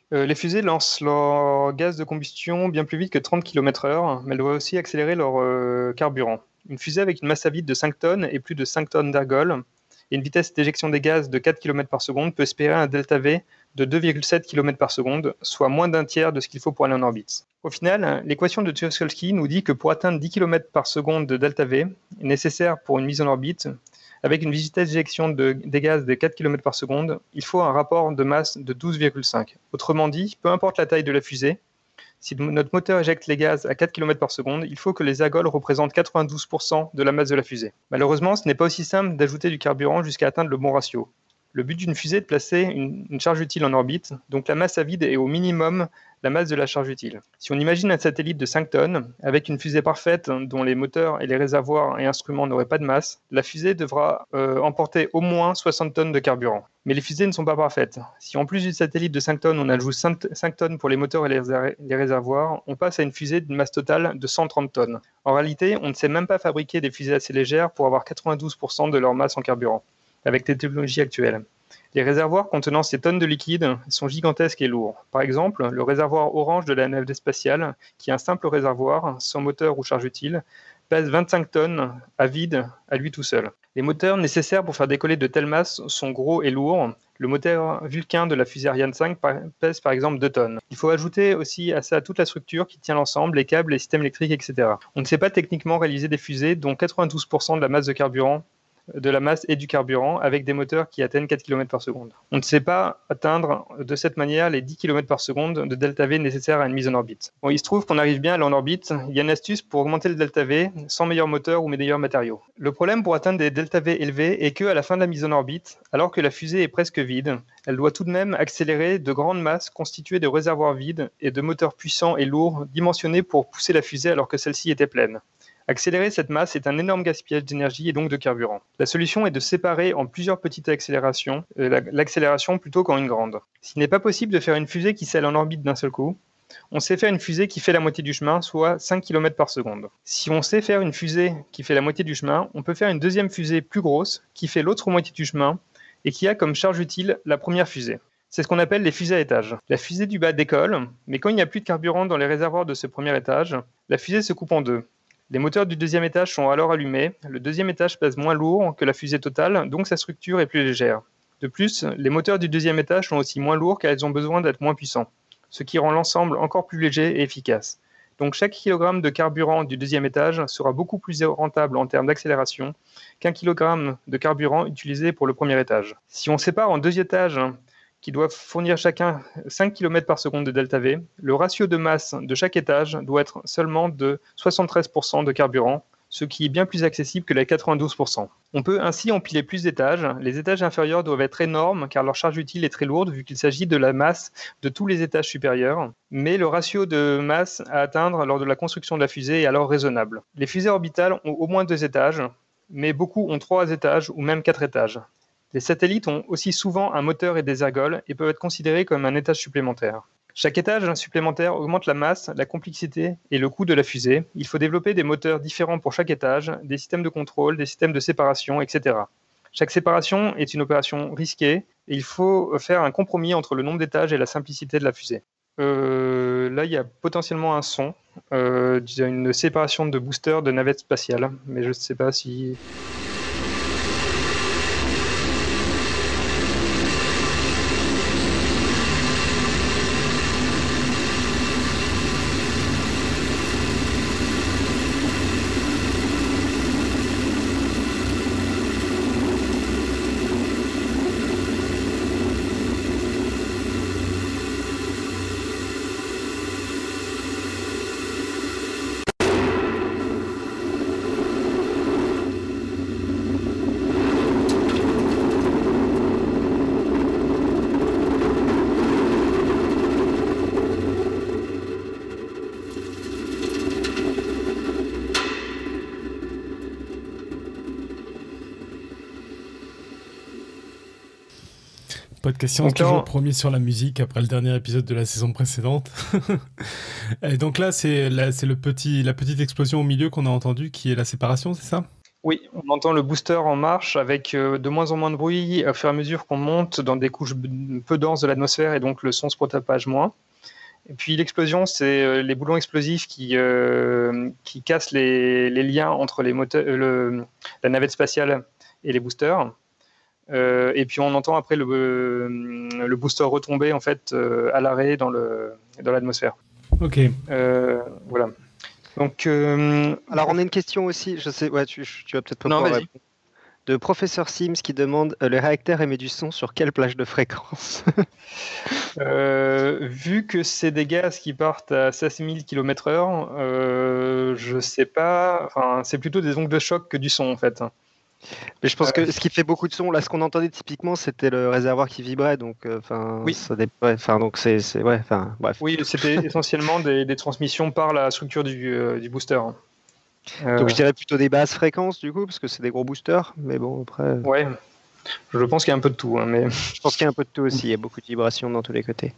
Les fusées lancent leur gaz de combustion bien plus vite que 30 km/h, mais elles doivent aussi accélérer leur carburant. Une fusée avec une masse à vide de 5 tonnes et plus de 5 tonnes d'ergols et une vitesse d'éjection des gaz de 4 km par seconde peut espérer un delta V de 2,7 km par seconde, soit moins d'un tiers de ce qu'il faut pour aller en orbite. Au final, l'équation de Tucholsky nous dit que pour atteindre 10 km par seconde de delta V, nécessaire pour une mise en orbite, avec une vitesse d'éjection des gaz de 4 km par seconde, il faut un rapport de masse de 12,5. Autrement dit, peu importe la taille de la fusée, si notre moteur éjecte les gaz à 4 km par seconde, il faut que les ergols représentent 92% de la masse de la fusée. Malheureusement, ce n'est pas aussi simple d'ajouter du carburant jusqu'à atteindre le bon ratio. Le but d'une fusée est de placer une charge utile en orbite, donc la masse à vide est au minimum la masse de la charge utile. Si on imagine un satellite de 5 tonnes, avec une fusée parfaite dont les moteurs et les réservoirs et instruments n'auraient pas de masse, la fusée devra emporter au moins 60 tonnes de carburant. Mais les fusées ne sont pas parfaites. Si en plus du satellite de 5 tonnes, on ajoute 5 tonnes pour les moteurs et les réservoirs, on passe à une fusée d'une masse totale de 130 tonnes. En réalité, on ne sait même pas fabriquer des fusées assez légères pour avoir 92% de leur masse en carburant, avec les technologies actuelles. Les réservoirs contenant ces tonnes de liquide sont gigantesques et lourds. Par exemple, le réservoir Orange de la navette spatiale, qui est un simple réservoir, sans moteur ou charge utile, pèse 25 tonnes à vide à lui tout seul. Les moteurs nécessaires pour faire décoller de telles masses sont gros et lourds. Le moteur Vulcain de la fusée Ariane 5 pèse par exemple 2 tonnes. Il faut ajouter aussi à ça toute la structure qui tient l'ensemble, les câbles, les systèmes électriques, etc. On ne sait pas techniquement réaliser des fusées dont 92% de la masse de carburant de la masse et du carburant avec des moteurs qui atteignent 4 km par seconde. On ne sait pas atteindre de cette manière les 10 km par seconde de delta V nécessaires à une mise en orbite. Bon, il se trouve qu'on arrive bien à aller en orbite. Il y a une astuce pour augmenter le delta V sans meilleur moteur ou meilleurs matériaux. Le problème pour atteindre des delta V élevés est qu'à la fin de la mise en orbite, alors que la fusée est presque vide, elle doit tout de même accélérer de grandes masses constituées de réservoirs vides et de moteurs puissants et lourds dimensionnés pour pousser la fusée alors que celle-ci était pleine. Accélérer cette masse est un énorme gaspillage d'énergie et donc de carburant. La solution est de séparer en plusieurs petites accélérations l'accélération plutôt qu'en une grande. S'il n'est pas possible de faire une fusée qui s'aile en orbite d'un seul coup, on sait faire une fusée qui fait la moitié du chemin, soit 5 km par seconde. Si on sait faire une fusée qui fait la moitié du chemin, on peut faire une deuxième fusée plus grosse qui fait l'autre moitié du chemin et qui a comme charge utile la première fusée. C'est ce qu'on appelle les fusées à étages. La fusée du bas décolle, mais quand il n'y a plus de carburant dans les réservoirs de ce premier étage, la fusée se coupe en deux. Les moteurs du deuxième étage sont alors allumés. Le deuxième étage pèse moins lourd que la fusée totale, donc sa structure est plus légère. De plus, les moteurs du deuxième étage sont aussi moins lourds car ils ont besoin d'être moins puissants, ce qui rend l'ensemble encore plus léger et efficace. Donc chaque kilogramme de carburant du deuxième étage sera beaucoup plus rentable en termes d'accélération qu'un kilogramme de carburant utilisé pour le premier étage. Si on sépare en deux étages qui doivent fournir chacun 5 km par seconde de delta V, le ratio de masse de chaque étage doit être seulement de 73% de carburant, ce qui est bien plus accessible que les 92%. On peut ainsi empiler plus d'étages. Les étages inférieurs doivent être énormes car leur charge utile est très lourde vu qu'il s'agit de la masse de tous les étages supérieurs, mais le ratio de masse à atteindre lors de la construction de la fusée est alors raisonnable. Les fusées orbitales ont au moins 2 étages, mais beaucoup ont 3 étages ou même 4 étages. Les satellites ont aussi souvent un moteur et des ergols et peuvent être considérés comme un étage supplémentaire. Chaque étage supplémentaire augmente la masse, la complexité et le coût de la fusée. Il faut développer des moteurs différents pour chaque étage, des systèmes de contrôle, des systèmes de séparation, etc. Chaque séparation est une opération risquée et il faut faire un compromis entre le nombre d'étages et la simplicité de la fusée. Là, il y a potentiellement un son, une séparation de boosters de navettes spatiales, mais je ne sais pas si... Podcast Science, toujours premier sur la musique après le dernier épisode de la saison précédente. Et donc là, c'est la petite explosion au milieu qu'on a entendue qui est la séparation, c'est ça ? Oui, on entend le booster en marche avec de moins en moins de bruit au fur et à mesure qu'on monte dans des couches peu denses de l'atmosphère et donc le son se propage moins. Et puis l'explosion, c'est les boulons explosifs qui cassent les liens entre les moteurs, la navette spatiale et les boosters. Et puis on entend après le booster retomber en fait à l'arrêt dans l'atmosphère. Ok. Voilà. Donc, alors on a une question aussi, je sais, tu vas peut-être pas pouvoir répondre. De Professeur Sims qui demande le réacteur émet du son sur quelle plage de fréquence? Vu que c'est des gaz qui partent à 16 000 km/h, je sais pas. Enfin, c'est plutôt des ondes de choc que du son en fait. Mais je pense que ce qui fait beaucoup de son, là, ce qu'on entendait typiquement, c'était le réservoir qui vibrait, donc, oui. ça dépend. Enfin, donc bref. Oui, c'était essentiellement des transmissions par la structure du booster. Donc je dirais plutôt des basses fréquences du coup, parce que c'est des gros boosters, mais bon après. Ouais, je pense qu'il y a un peu de tout, mais. Je pense qu'il y a un peu de tout aussi. Il y a beaucoup de vibrations dans tous les côtés.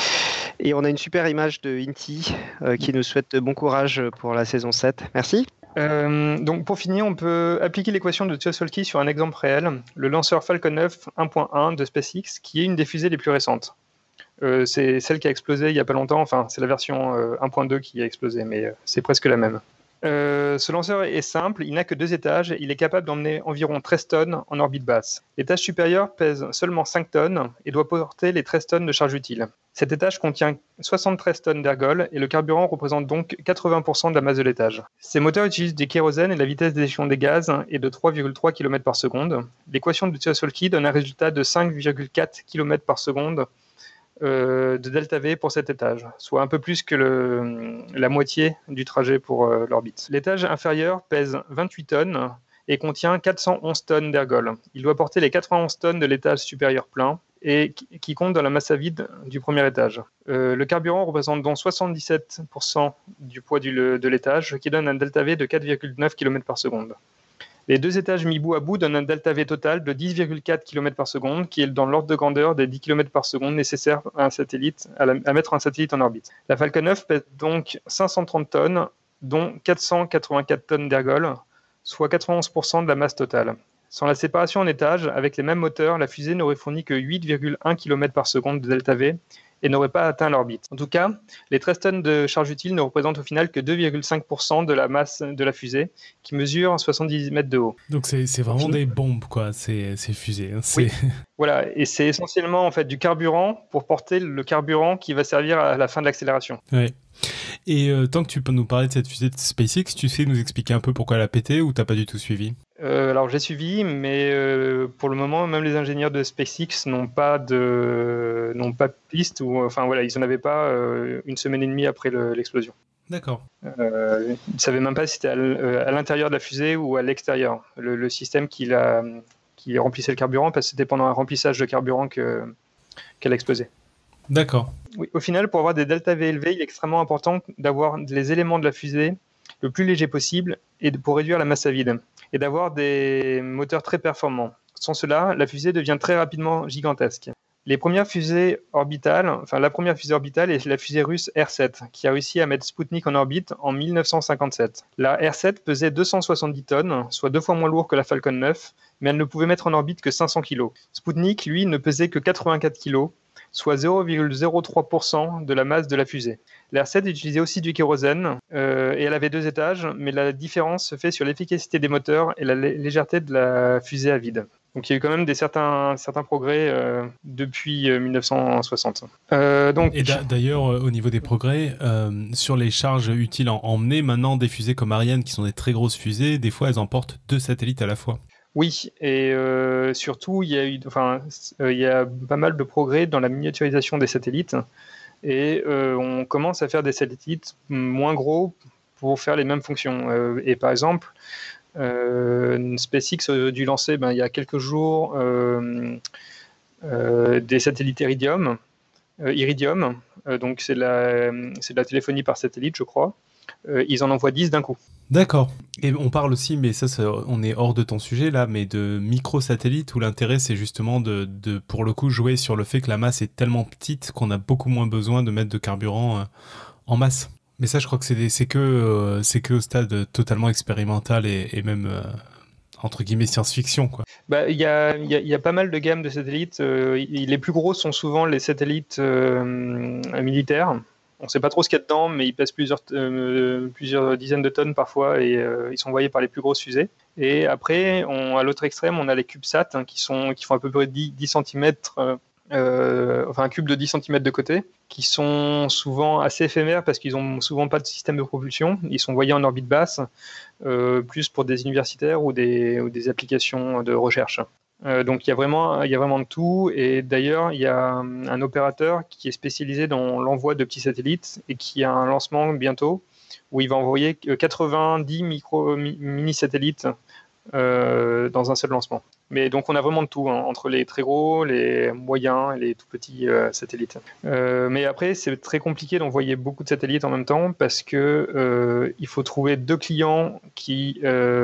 Et on a une super image de Inti qui nous souhaite bon courage pour la saison 7. Merci. Donc pour finir, on peut appliquer l'équation de Tsiolkovsky sur un exemple réel, le lanceur Falcon 9 1.1 de SpaceX, qui est une des fusées les plus récentes. C'est celle qui a explosé il n'y a pas longtemps, enfin c'est la version 1.2 qui a explosé, mais c'est presque la même. Ce lanceur est simple, il n'a que 2 étages, il est capable d'emmener environ 13 tonnes en orbite basse. L'étage supérieur pèse seulement 5 tonnes et doit porter les 13 tonnes de charge utile. Cet étage contient 73 tonnes d'ergols et le carburant représente donc 80% de la masse de l'étage. Ces moteurs utilisent du kérosène et la vitesse d'éjection des gaz est de 3,3 km par seconde. L'équation de Tsiolkovsky donne un résultat de 5,4 km par seconde de delta V pour cet étage, soit un peu plus que la moitié du trajet pour l'orbite. L'étage inférieur pèse 28 tonnes et contient 411 tonnes d'ergols. Il doit porter les 91 tonnes de l'étage supérieur plein et qui compte dans la masse à vide du premier étage. Le carburant représente donc 77% du poids de l'étage, qui donne un delta V de 4,9 km par seconde. Les 2 étages mis bout à bout donnent un delta V total de 10,4 km par seconde, qui est dans l'ordre de grandeur des 10 km par seconde nécessaires à mettre un satellite en orbite. La Falcon 9 pèse donc 530 tonnes, dont 484 tonnes d'ergols, soit 91% de la masse totale. Sans la séparation en étages, avec les mêmes moteurs, la fusée n'aurait fourni que 8,1 km par seconde de delta V et n'aurait pas atteint l'orbite. En tout cas, les 13 tonnes de charge utile ne représentent au final que 2,5% de la masse de la fusée, qui mesure 70 mètres de haut. Donc c'est vraiment des bombes, quoi, ces fusées. Hein, oui. Voilà, et c'est essentiellement en fait du carburant pour porter le carburant qui va servir à la fin de l'accélération. Ouais. Et tant que tu peux nous parler de cette fusée de SpaceX, tu sais nous expliquer un peu pourquoi elle a pété ou t'as pas du tout suivi? Alors j'ai suivi, mais pour le moment, même les ingénieurs de SpaceX n'ont pas de piste, ou enfin voilà, ils en avaient pas une semaine et demie après l'explosion. D'accord. Ils ne savaient même pas si c'était à l'intérieur de la fusée ou à l'extérieur. Le système qui remplissait le carburant, parce que c'était pendant un remplissage de carburant qu'elle a explosé. D'accord. Oui, au final, pour avoir des delta V élevés, il est extrêmement important d'avoir les éléments de la fusée le plus léger possible et pour réduire la masse à vide, et d'avoir des moteurs très performants. Sans cela, la fusée devient très rapidement gigantesque. La première fusée orbitale est la fusée russe R7, qui a réussi à mettre Sputnik en orbite en 1957. La R7 pesait 270 tonnes, soit 2 fois moins lourd que la Falcon 9, mais elle ne pouvait mettre en orbite que 500 kg. Sputnik, lui, ne pesait que 84 kg, soit 0,03% de la masse de la fusée. La R7 utilisait aussi du kérosène et elle avait 2 étages, mais la différence se fait sur l'efficacité des moteurs et la légèreté de la fusée à vide. Donc il y a eu quand même certains progrès depuis 1960. Et d'ailleurs, au niveau des progrès, sur les charges utiles à emmener, maintenant des fusées comme Ariane, qui sont des très grosses fusées, des fois elles emportent 2 satellites à la fois. Oui, et surtout, il y a pas mal de progrès dans la miniaturisation des satellites, et on commence à faire des satellites moins gros pour faire les mêmes fonctions. Et par exemple, SpaceX a dû lancer il y a quelques jours des satellites Iridium, donc c'est de la téléphonie par satellite, je crois. Ils en envoient 10 d'un coup. D'accord. Et on parle aussi, mais ça on est hors de ton sujet là, mais de microsatellites où l'intérêt c'est justement de pour le coup jouer sur le fait que la masse est tellement petite qu'on a beaucoup moins besoin de mettre de carburant en masse. Mais ça, je crois que c'est que au stade totalement expérimental et même entre guillemets science-fiction, quoi. Il y a pas mal de gammes de satellites. Les plus gros sont souvent les satellites militaires. On ne sait pas trop ce qu'il y a dedans, mais ils pèsent plusieurs dizaines de tonnes parfois et ils sont envoyés par les plus grosses fusées. Et après, à l'autre extrême, on a les CubeSat qui font à peu près 10 cm, enfin un cube de 10 cm de côté, qui sont souvent assez éphémères parce qu'ils n'ont souvent pas de système de propulsion. Ils sont envoyés en orbite basse, plus pour des universitaires ou des applications de recherche. Donc il y a vraiment de tout, et d'ailleurs il y a un opérateur qui est spécialisé dans l'envoi de petits satellites et qui a un lancement bientôt où il va envoyer 90 mini-satellites dans un seul lancement. Mais donc on a vraiment de tout, hein, entre les très gros, les moyens et les tout petits satellites. Mais après c'est très compliqué d'envoyer beaucoup de satellites en même temps parce que il faut trouver 2 clients qui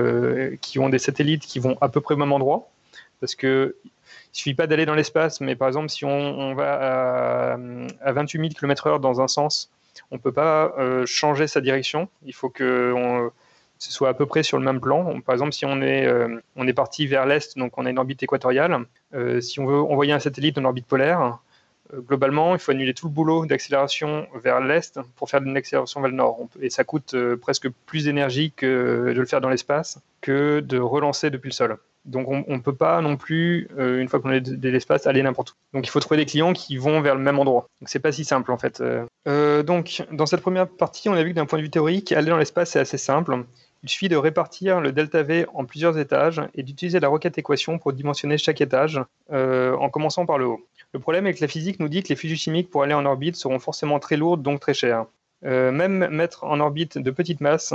ont des satellites qui vont à peu près au même endroit. Parce qu'il ne suffit pas d'aller dans l'espace, mais par exemple, si on va à 28 000 km/h dans un sens, on ne peut pas changer sa direction. Il faut que ce soit à peu près sur le même plan. Par exemple, si on est parti vers l'est, donc on a une orbite équatoriale, si on veut envoyer un satellite en orbite polaire, globalement, il faut annuler tout le boulot d'accélération vers l'est pour faire une accélération vers le nord. Et ça coûte presque plus d'énergie que de le faire dans l'espace que de relancer depuis le sol. Donc on ne peut pas non plus, une fois qu'on est de l'espace, aller n'importe où. Donc il faut trouver des clients qui vont vers le même endroit. Donc c'est pas si simple en fait. Donc dans cette première partie, on a vu que d'un point de vue théorique, aller dans l'espace c'est assez simple. Il suffit de répartir le delta V en plusieurs étages et d'utiliser la rocket équation pour dimensionner chaque étage en commençant par le haut. Le problème est que la physique nous dit que les fusions chimiques pour aller en orbite seront forcément très lourdes, donc très chères. Même mettre en orbite de petites masses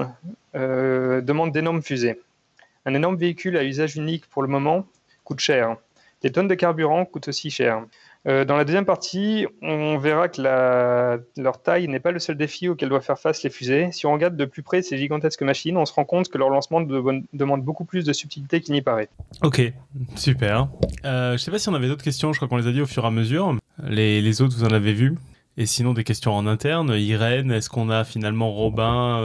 demande d'énormes fusées. Un énorme véhicule à usage unique pour le moment coûte cher. Des tonnes de carburant coûtent aussi cher. Dans la deuxième partie, on verra que leur taille n'est pas le seul défi auquel doivent faire face les fusées. Si on regarde de plus près ces gigantesques machines, on se rend compte que leur lancement demande beaucoup plus de subtilité qu'il n'y paraît. Ok, super. Je sais pas si on avait d'autres questions, je crois qu'on les a dit au fur et à mesure. Les autres, vous en avez vu? Et sinon, des questions en interne. Irène, est-ce qu'on a finalement Robin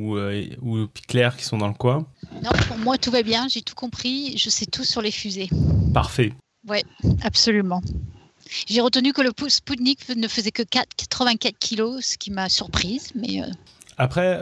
ou Claire qui sont dans le coin? Non, pour moi, tout va bien. J'ai tout compris. Je sais tout sur les fusées. Parfait. Oui, absolument. J'ai retenu que le Sputnik ne faisait que 84 kilos, ce qui m'a surprise. Mais Après,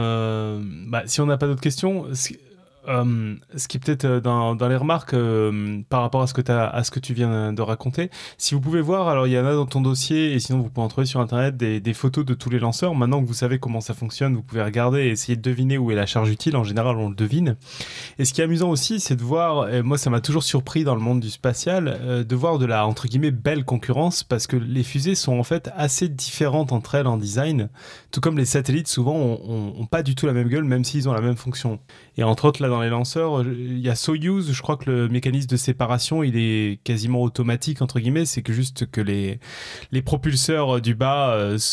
si on n'a pas d'autres questions... ce qui est peut-être dans les remarques par rapport à ce que tu viens de raconter, si vous pouvez voir, alors il y en a dans ton dossier et sinon vous pouvez en trouver sur internet des photos de tous les lanceurs. Maintenant que vous savez comment ça fonctionne, vous pouvez regarder et essayer de deviner où est la charge utile. En général, on le devine. Et ce qui est amusant aussi, c'est de voir, et moi ça m'a toujours surpris dans le monde du spatial, de voir de la entre guillemets belle concurrence, parce que les fusées sont en fait assez différentes entre elles en design, tout comme les satellites souvent ont pas du tout la même gueule, même s'ils ont la même fonction. Et entre autres là dans les lanceurs, il y a Soyuz, je crois que le mécanisme de séparation il est quasiment automatique entre guillemets, c'est que juste que les propulseurs du bas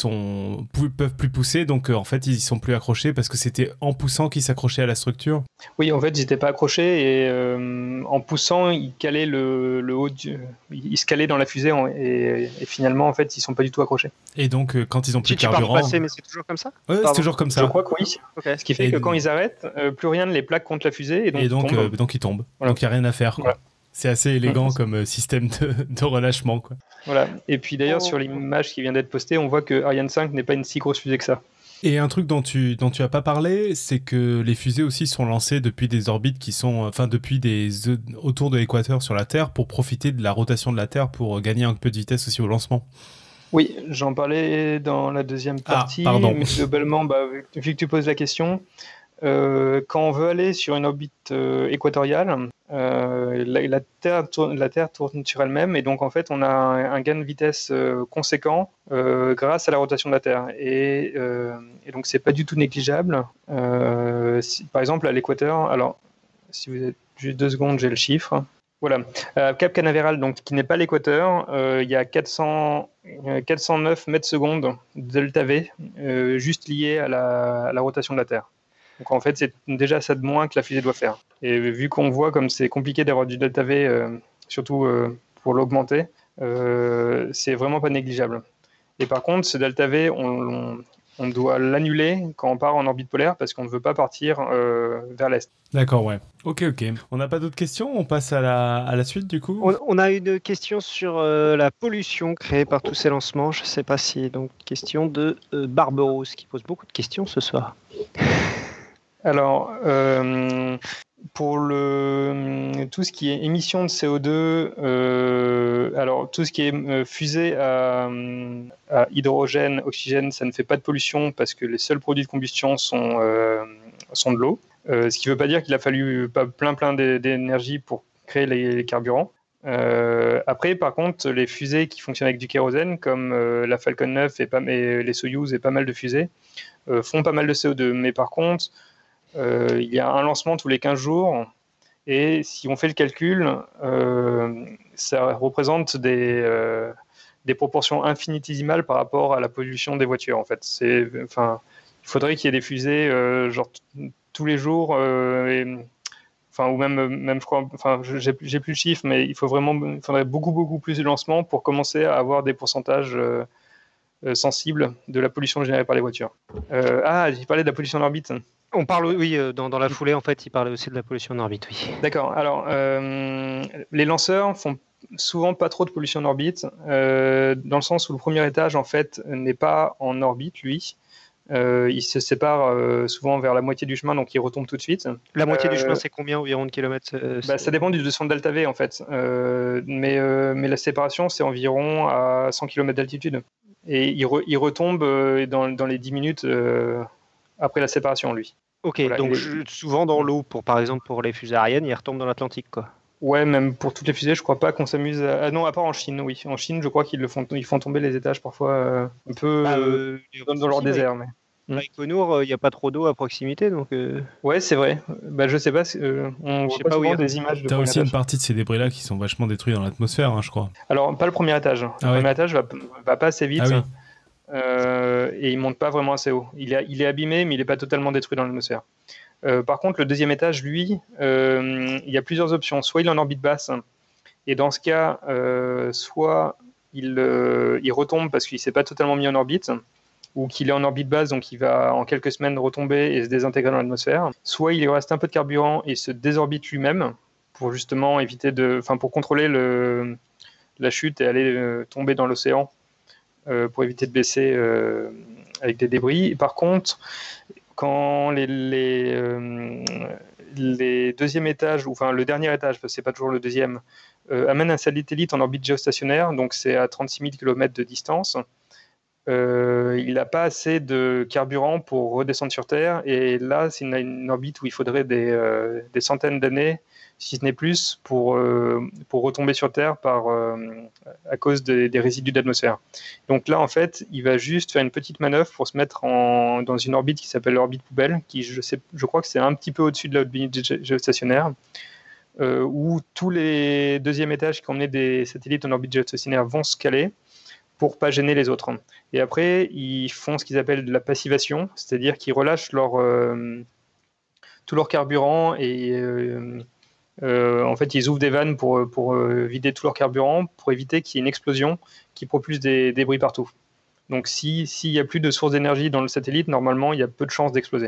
peuvent plus pousser, donc en fait ils sont plus accrochés parce que c'était en poussant qu'ils s'accrochaient à la structure. Oui, en fait ils n'étaient pas accrochés et en poussant ils calaient le haut ils se calaient dans la fusée et finalement en fait ils sont pas du tout accrochés. Et donc quand ils ont plus de carburant... Tu peux repasser, mais c'est toujours comme ça? Ouais, c'est toujours comme ça. Je crois que oui. Okay. Ce qui fait que quand ils arrêtent, plus rien ne les plaque contre la fusée et donc ils tombent. Voilà. Donc il n'y a rien à faire, quoi. Voilà. C'est assez élégant comme système de relâchement, quoi. Voilà. Et puis d'ailleurs sur l'image qui vient d'être postée, on voit que Ariane 5 n'est pas une si grosse fusée que ça. Et un truc dont tu as pas parlé, c'est que les fusées aussi sont lancées depuis des orbites qui sont, autour de l'équateur sur la Terre pour profiter de la rotation de la Terre pour gagner un peu de vitesse aussi au lancement. Oui, j'en parlais dans la deuxième partie. Pardon. Mais globalement, vu que tu poses la question, quand on veut aller sur une orbite équatoriale, la Terre tourne sur elle-même et donc en fait on a un gain de vitesse conséquent grâce à la rotation de la Terre et donc c'est pas du tout négligeable. Par exemple à l'équateur, alors si vous êtes juste 2 secondes, j'ai le chiffre. Voilà, Cap Canaveral, donc qui n'est pas l'équateur, il y a 409 mètres secondes de delta V, juste lié à la rotation de la Terre. Donc en fait, c'est déjà ça de moins que la fusée doit faire. Et vu qu'on voit comme c'est compliqué d'avoir du delta V, surtout pour l'augmenter, c'est vraiment pas négligeable. Et par contre, ce delta V, on doit l'annuler quand on part en orbite polaire parce qu'on ne veut pas partir vers l'est. D'accord, ouais. Ok. On n'a pas d'autres questions? On passe à la suite, du coup? On a une question sur la pollution créée par tous ces lancements. Je ne sais pas si... Donc, question de Barberos, qui pose beaucoup de questions ce soir. Alors, pour tout ce qui est émission de CO2, alors tout ce qui est fusée à hydrogène, oxygène, ça ne fait pas de pollution parce que les seuls produits de combustion sont de l'eau. Ce qui ne veut pas dire qu'il a fallu plein d'énergie pour créer les carburants. Après, par contre, les fusées qui fonctionnent avec du kérosène, comme la Falcon 9 et les Soyouz et pas mal de fusées, font pas mal de CO2. Mais par contre, il y a un lancement tous les 15 jours, et si on fait le calcul, ça représente des proportions infinitésimales par rapport à la pollution des voitures. En fait, il faudrait qu'il y ait des fusées genre tous les jours, ou même je crois, j'ai plus le chiffre, mais il faudrait beaucoup plus de lancements pour commencer à avoir des pourcentages sensibles de la pollution générée par les voitures. J'ai parlé de la pollution en orbite. On parle, oui, dans la foulée, en fait, il parlait aussi de la pollution en orbite, oui. D'accord. Alors, les lanceurs font souvent pas trop de pollution en orbite, dans le sens où le premier étage, en fait, n'est pas en orbite, lui. Il se sépare souvent vers la moitié du chemin, donc il retombe tout de suite. La moitié du chemin, c'est combien environ de kilomètres? Ça dépend de son delta V, en fait. Mais la séparation, c'est environ à 100 km d'altitude. Et il retombe dans les 10 minutes après la séparation, lui. Ok, voilà, donc souvent dans l'eau, par exemple pour les fusées Ariane, ils retombent dans l'Atlantique, quoi. Ouais, même pour toutes les fusées, je crois pas qu'on s'amuse à... non, à part en Chine, oui. En Chine, je crois qu'ils font tomber les étages parfois un peu dans leur désert. Mais... Avec Baikonur, il n'y a pas trop d'eau à proximité, donc... Ouais, c'est vrai. Je sais pas, on voit pas souvent des images de... T'as aussi une partie de ces débris-là qui sont vachement détruits dans l'atmosphère, hein, je crois. Alors, pas le premier étage. Le premier étage va pas assez vite. Ah, oui. Et il monte pas vraiment assez haut. Il est abîmé, mais il n'est pas totalement détruit dans l'atmosphère. Par contre, le deuxième étage, lui, il y a plusieurs options. Soit il est en orbite basse, et dans ce cas, soit il retombe parce qu'il ne s'est pas totalement mis en orbite, ou qu'il est en orbite basse, donc il va en quelques semaines retomber et se désintégrer dans l'atmosphère. Soit il lui reste un peu de carburant et se désorbite lui-même, pour justement pour contrôler la chute et aller tomber dans l'océan, pour éviter de baisser avec des débris. Et par contre, quand les deuxièmes étages, le dernier étage, parce que c'est pas toujours le deuxième, amène un satellite en orbite géostationnaire, donc c'est à 36 000 km de distance, il n'a pas assez de carburant pour redescendre sur Terre, et là c'est une orbite où il faudrait des centaines d'années, si ce n'est plus, pour retomber sur Terre à cause des résidus d'atmosphère. Donc là, en fait, il va juste faire une petite manœuvre pour se mettre dans une orbite qui s'appelle l'orbite poubelle, qui, je crois que c'est un petit peu au-dessus de l'orbite géostationnaire, où tous les deuxièmes étages qui ont emmené des satellites en orbite géostationnaire vont se caler pour pas gêner les autres. Et après, ils font ce qu'ils appellent de la passivation, c'est-à-dire qu'ils relâchent tout leur carburant et... en fait, ils ouvrent des vannes pour vider tout leur carburant, pour éviter qu'il y ait une explosion qui propulse des débris partout. Donc, s'il n'y a plus de source d'énergie dans le satellite, normalement, il y a peu de chances d'exploser.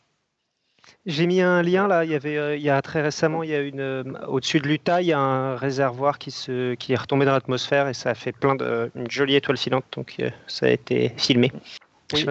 J'ai mis un lien là. Il y a très récemment, au-dessus de l'Utah, il y a un réservoir qui est retombé dans l'atmosphère et ça a fait une jolie étoile filante. Donc, ça a été filmé. Oui,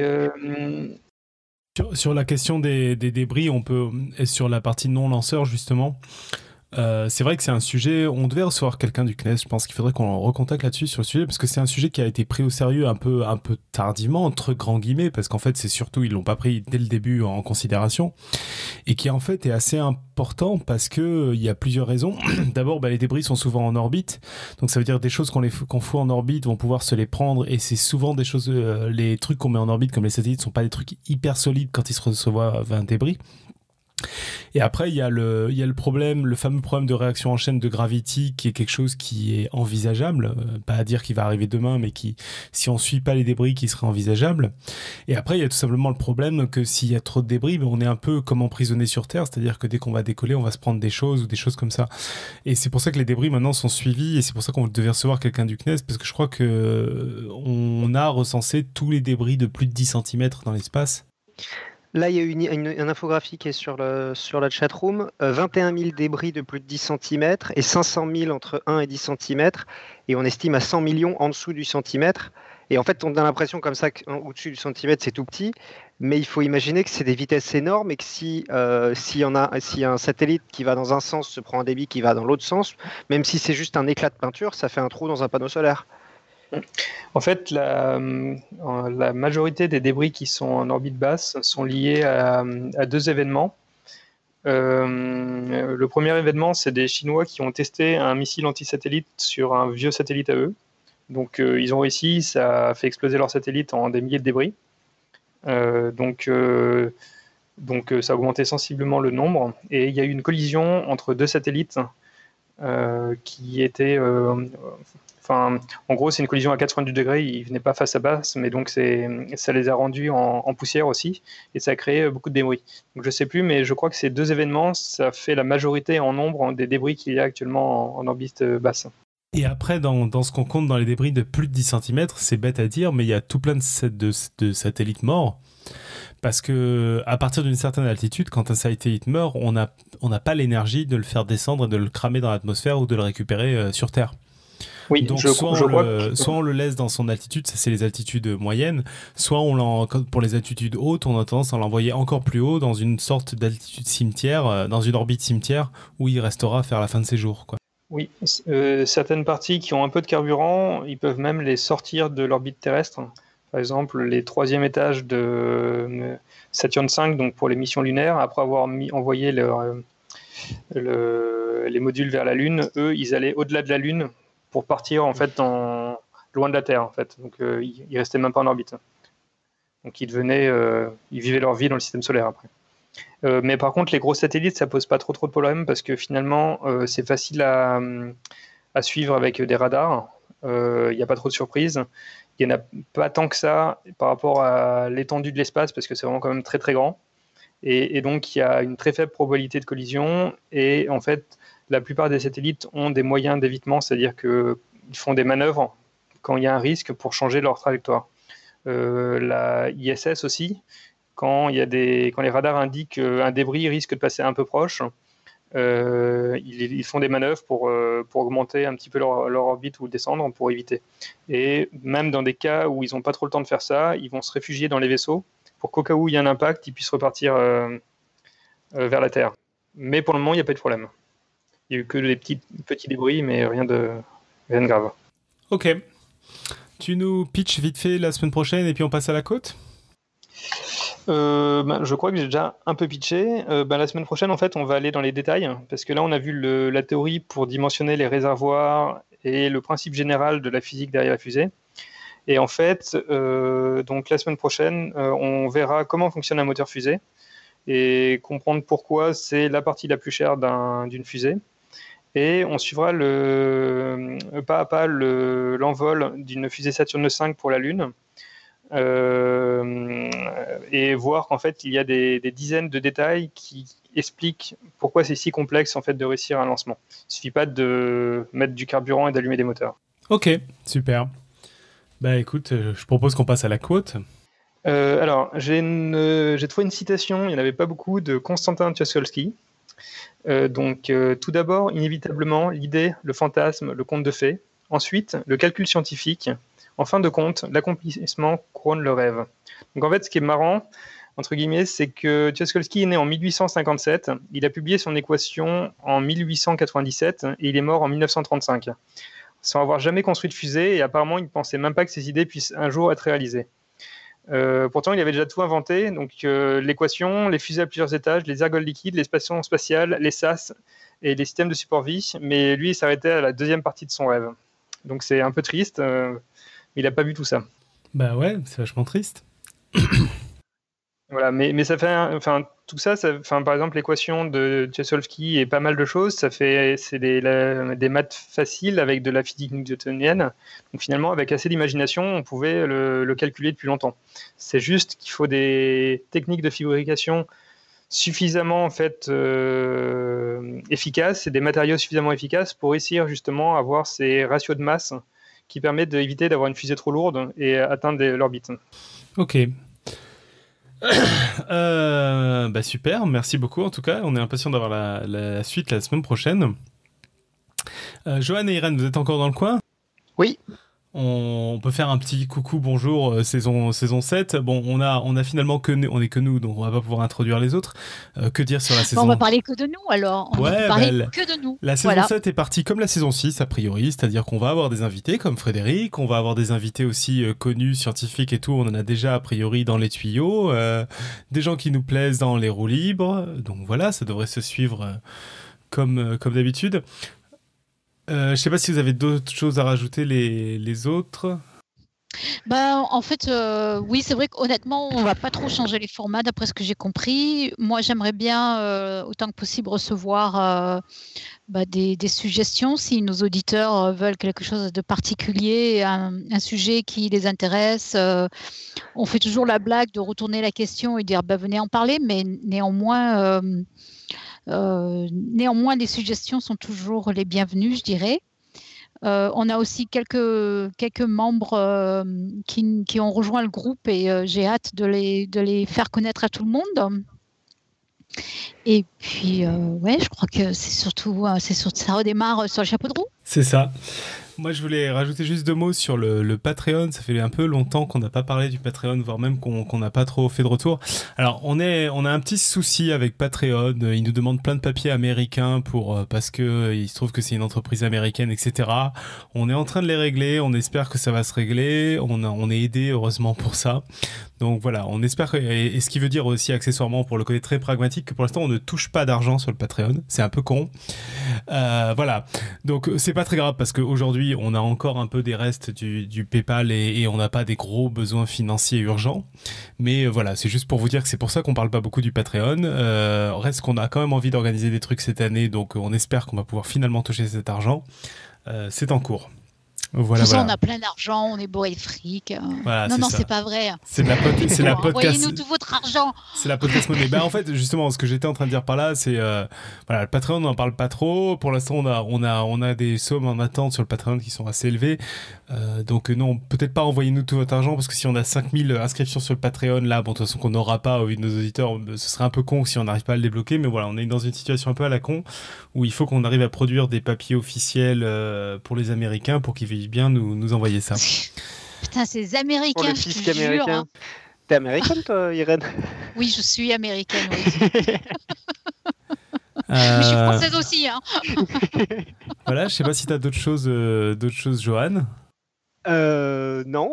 Sur la question des débris, et sur la partie non lanceur justement, c'est vrai que c'est un sujet, on devait recevoir quelqu'un du CNES, je pense qu'il faudrait qu'on recontacte là-dessus sur le sujet, parce que c'est un sujet qui a été pris au sérieux un peu tardivement, entre grands guillemets, parce qu'en fait c'est surtout, ils l'ont pas pris dès le début en considération, et qui en fait est assez important parce que il y a plusieurs raisons. D'abord, les débris sont souvent en orbite, donc ça veut dire des choses qu'on fout en orbite vont pouvoir se les prendre, et c'est souvent des choses, les trucs qu'on met en orbite comme les satellites sont pas des trucs hyper solides quand ils se reçoivent un débris. Et après, il y a le problème, le fameux problème de réaction en chaîne de Gravity, qui est quelque chose qui est envisageable. Pas à dire qu'il va arriver demain, mais qui, si on suit pas les débris, qui serait envisageable. Et après, il y a tout simplement le problème que s'il y a trop de débris, on est un peu comme emprisonné sur Terre, c'est-à-dire que dès qu'on va décoller, on va se prendre des choses ou des choses comme ça. Et c'est pour ça que les débris maintenant sont suivis, et c'est pour ça qu'on devait recevoir quelqu'un du CNES, parce que je crois que on a recensé tous les débris de plus de 10 cm dans l'espace. Là, il y a une infographie qui est sur la chatroom. 21 000 débris de plus de 10 cm et 500 000 entre 1 et 10 cm. Et on estime à 100 millions en dessous du centimètre. Et en fait, on a l'impression comme ça qu'au-dessus du centimètre, c'est tout petit. Mais il faut imaginer que c'est des vitesses énormes et que s'il y a un satellite qui va dans un sens se prend un débit qui va dans l'autre sens, même si c'est juste un éclat de peinture, ça fait un trou dans un panneau solaire. En fait, la majorité des débris qui sont en orbite basse sont liés à deux événements. Le premier événement, c'est des Chinois qui ont testé un missile anti-satellite sur un vieux satellite à eux. Donc, ils ont réussi, ça a fait exploser leur satellite en des milliers de débris. Donc, ça a augmenté sensiblement le nombre. Et il y a eu une collision entre deux satellites qui étaient... en gros, c'est une collision à 90 degrés, ils ne venaient pas face à face, mais donc ça les a rendus en poussière aussi, et ça a créé beaucoup de débris. Donc je ne sais plus, mais je crois que ces deux événements, ça fait la majorité en nombre des débris qu'il y a actuellement en orbite basse. Et après, dans ce qu'on compte dans les débris de plus de 10 cm, c'est bête à dire, mais il y a tout plein de satellites morts. Parce que à partir d'une certaine altitude, quand un satellite meurt, on n'a pas l'énergie de le faire descendre et de le cramer dans l'atmosphère ou de le récupérer sur Terre. Oui, donc soit on le laisse dans son altitude, ça c'est les altitudes moyennes, soit pour les altitudes hautes, on a tendance à l'envoyer encore plus haut dans une sorte d'altitude cimetière, dans une orbite cimetière, où il restera à faire la fin de ses jours, quoi. Oui, certaines parties qui ont un peu de carburant, ils peuvent même les sortir de l'orbite terrestre. Par exemple, les 3e étages de Saturne V, donc pour les missions lunaires, après avoir envoyé les modules vers la Lune, eux, ils allaient au-delà de la Lune pour partir en fait loin de la Terre, en fait. Donc ils restaient même pas en orbite. Donc ils vivaient leur vie dans le système solaire après. Mais par contre, les gros satellites, ça pose pas trop de problèmes parce que finalement, c'est facile à suivre avec des radars. Il n'y a pas trop de surprises. Il n'y en a pas tant que ça par rapport à l'étendue de l'espace parce que c'est vraiment quand même très très grand. Et donc, il y a une très faible probabilité de collision. Et en fait, la plupart des satellites ont des moyens d'évitement, c'est-à-dire qu'ils font des manœuvres quand il y a un risque pour changer leur trajectoire. La ISS aussi, quand les radars indiquent qu'un débris risque de passer un peu proche, ils font des manœuvres pour augmenter un petit peu leur orbite ou descendre pour éviter. Et même dans des cas où ils n'ont pas trop le temps de faire ça, ils vont se réfugier dans les vaisseaux pour qu'au cas où il y a un impact, ils puissent repartir vers la Terre. Mais pour le moment, il n'y a pas de problème. Il n'y a eu que des petits débris, mais rien de grave. Ok. Tu nous pitches vite fait la semaine prochaine et puis on passe à la côte ? Je crois que j'ai déjà un peu pitché. La semaine prochaine, en fait, on va aller dans les détails, parce que là, on a vu la théorie pour dimensionner les réservoirs et le principe général de la physique derrière la fusée. Et en fait, donc la semaine prochaine, on verra comment fonctionne un moteur fusée et comprendre pourquoi c'est la partie la plus chère d'une fusée. Et on suivra pas à pas l'envol d'une fusée Saturne V pour la Lune. Et voir qu'en fait il y a des dizaines de détails qui expliquent pourquoi c'est si complexe en fait de réussir un lancement. Il suffit pas de mettre du carburant et d'allumer des moteurs. Ok, super. Bah écoute, je propose qu'on passe à la côte. Alors j'ai trouvé une citation, il n'y en avait pas beaucoup, de Konstantin Tsiolkovsky. Tout d'abord, inévitablement, l'idée, le fantasme, le conte de fées. Ensuite, le calcul scientifique. En fin de compte, l'accomplissement couronne le rêve. Donc en fait, ce qui est marrant, entre guillemets, c'est que Tsiolkovsky est né en 1857, il a publié son équation en 1897 et il est mort en 1935, sans avoir jamais construit de fusée, et apparemment il ne pensait même pas que ses idées puissent un jour être réalisées. Pourtant, il avait déjà tout inventé, donc l'équation, les fusées à plusieurs étages, les ergols liquides, les stations spatiales, les SAS et les systèmes de support vie, mais lui, il s'arrêtait à la deuxième partie de son rêve. Donc c'est un peu triste. Il n'a pas vu tout ça. Bah ouais, c'est vachement triste. Voilà, mais ça fait, tout ça, par exemple, l'équation de Chesolski et pas mal de choses, c'est des maths faciles avec de la physique newtonienne. Donc finalement, avec assez d'imagination, on pouvait le calculer depuis longtemps. C'est juste qu'il faut des techniques de fabrication suffisamment efficaces et des matériaux suffisamment efficaces pour réussir justement à avoir ces ratios de masse qui permettent d'éviter d'avoir une fusée trop lourde et atteindre l'orbite. Ok. Super, merci beaucoup en tout cas. On est impatient d'avoir la suite la semaine prochaine. Johan et Irène, vous êtes encore dans le coin ? Oui. On peut faire un petit coucou, bonjour, saison 7. Bon, on a finalement on est que nous, donc on va pas pouvoir introduire les autres. Que dire sur la saison ? On va parler que de nous alors. On va parler que de nous. La saison 7 est partie comme la saison 6 a priori, c'est-à-dire qu'on va avoir des invités comme Frédéric, on va avoir des invités aussi connus, scientifiques et tout, on en a déjà a priori dans les tuyaux, des gens qui nous plaisent dans les roues libres, donc voilà, ça devrait se suivre comme d'habitude. Je sais pas si vous avez d'autres choses à rajouter les autres. En fait, oui, c'est vrai qu'honnêtement, on va pas trop changer les formats d'après ce que j'ai compris. Moi, j'aimerais bien, autant que possible, recevoir des suggestions si nos auditeurs veulent quelque chose de particulier, un sujet qui les intéresse. On fait toujours la blague de retourner la question et dire venez en parler, mais néanmoins, les suggestions sont toujours les bienvenues, je dirais. On a aussi quelques membres qui ont rejoint le groupe et j'ai hâte de les faire connaître à tout le monde. Et puis, je crois que c'est surtout ça redémarre sur le chapeau de roue. C'est ça. Moi, je voulais rajouter juste 2 mots sur le Patreon. Ça fait un peu longtemps qu'on n'a pas parlé du Patreon, voire même qu'on n'a pas trop fait de retour. Alors, on a un petit souci avec Patreon. Ils nous demandent plein de papiers américains parce que il se trouve que c'est une entreprise américaine, etc. On est en train de les régler. On espère que ça va se régler. On est aidé, heureusement, pour ça. Donc voilà, on espère et ce qui veut dire aussi accessoirement pour le côté très pragmatique que pour l'instant on ne touche pas d'argent sur le Patreon, c'est un peu con. Voilà, donc c'est pas très grave parce qu'aujourd'hui on a encore un peu des restes du PayPal et on n'a pas des gros besoins financiers urgents. Mais voilà, c'est juste pour vous dire que c'est pour ça qu'on parle pas beaucoup du Patreon. Reste qu'on a quand même envie d'organiser des trucs cette année, donc on espère qu'on va pouvoir finalement toucher cet argent. C'est en cours. Voilà, on a plein d'argent, on est bourré de fric. Voilà, non, c'est pas vrai. C'est la podcast. Envoyez-nous tout votre argent. C'est la podcast monnaie. En fait, justement, ce que j'étais en train de dire par là, c'est le Patreon, on n'en parle pas trop. Pour l'instant, on a des sommes en attente sur le Patreon qui sont assez élevées. Donc non, peut-être pas envoyez-nous tout votre argent parce que si on a 5000 inscriptions sur le Patreon, là, bon, de toute façon qu'on n'aura pas au vu de nos auditeurs, ce serait un peu con si on n'arrive pas à le débloquer. Mais voilà, on est dans une situation un peu à la con où il faut qu'on arrive à produire des papiers officiels pour les Américains pour qu'ils veuillent bien nous envoyer ça. Putain, ces Américains, pour le fisc américain. T'es américaine, toi, Irène ? Oui, je suis américaine. Oui. Mais je suis française aussi. Hein. Voilà, je sais pas si t'as d'autres choses, Johan. Non,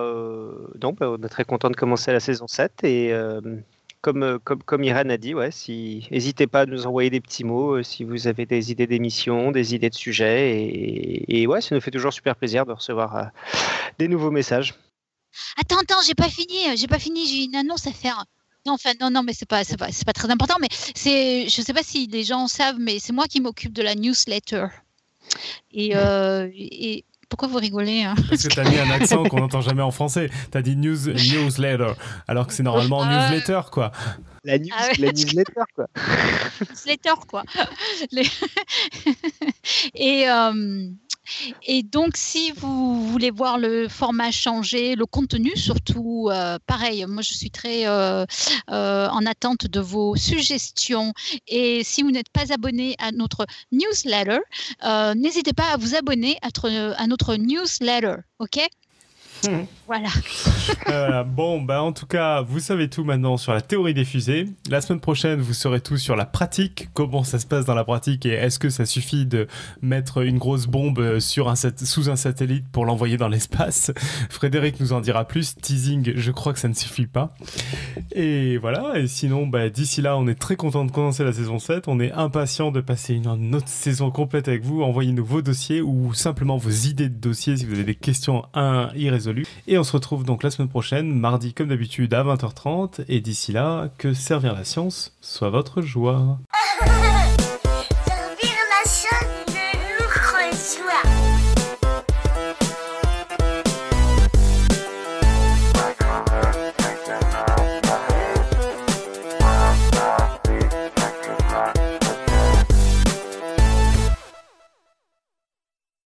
on est très content de commencer la saison 7 et comme Irène a dit, n'hésitez pas à nous envoyer des petits mots si vous avez des idées d'émissions, des idées de sujets et ça nous fait toujours super plaisir de recevoir des nouveaux messages. Attends, j'ai pas fini, j'ai une annonce à faire. Non, mais c'est pas très important, mais je sais pas si les gens savent, mais c'est moi qui m'occupe de la newsletter. Et pourquoi vous rigolez hein ? Parce que t'as mis un accent qu'on n'entend jamais en français. T'as dit newsletter, alors que c'est normalement newsletter, quoi. La newsletter, quoi. Newsletter, quoi. Et donc, si vous voulez voir le format changer, le contenu surtout, pareil, moi je suis très en attente de vos suggestions. Et si vous n'êtes pas abonné à notre newsletter, n'hésitez pas à vous abonner à notre newsletter, ok ? Voilà. Bon, en tout cas, vous savez tout maintenant sur la théorie des fusées. La semaine prochaine, vous saurez tout sur la pratique, comment ça se passe dans la pratique et est-ce que ça suffit de mettre une grosse bombe sous un satellite pour l'envoyer dans l'espace. Frédéric nous en dira plus. Teasing, je crois que ça ne suffit pas. Et voilà, et sinon, d'ici là, on est très content de commencer la saison 7. On est impatient de passer une autre saison complète avec vous. Envoyez-nous vos dossiers ou simplement vos idées de dossiers si vous avez des questions irrésolubles. résolu. Et on se retrouve donc la semaine prochaine, mardi comme d'habitude à 20h30. Et d'ici là, que servir la science soit votre joie.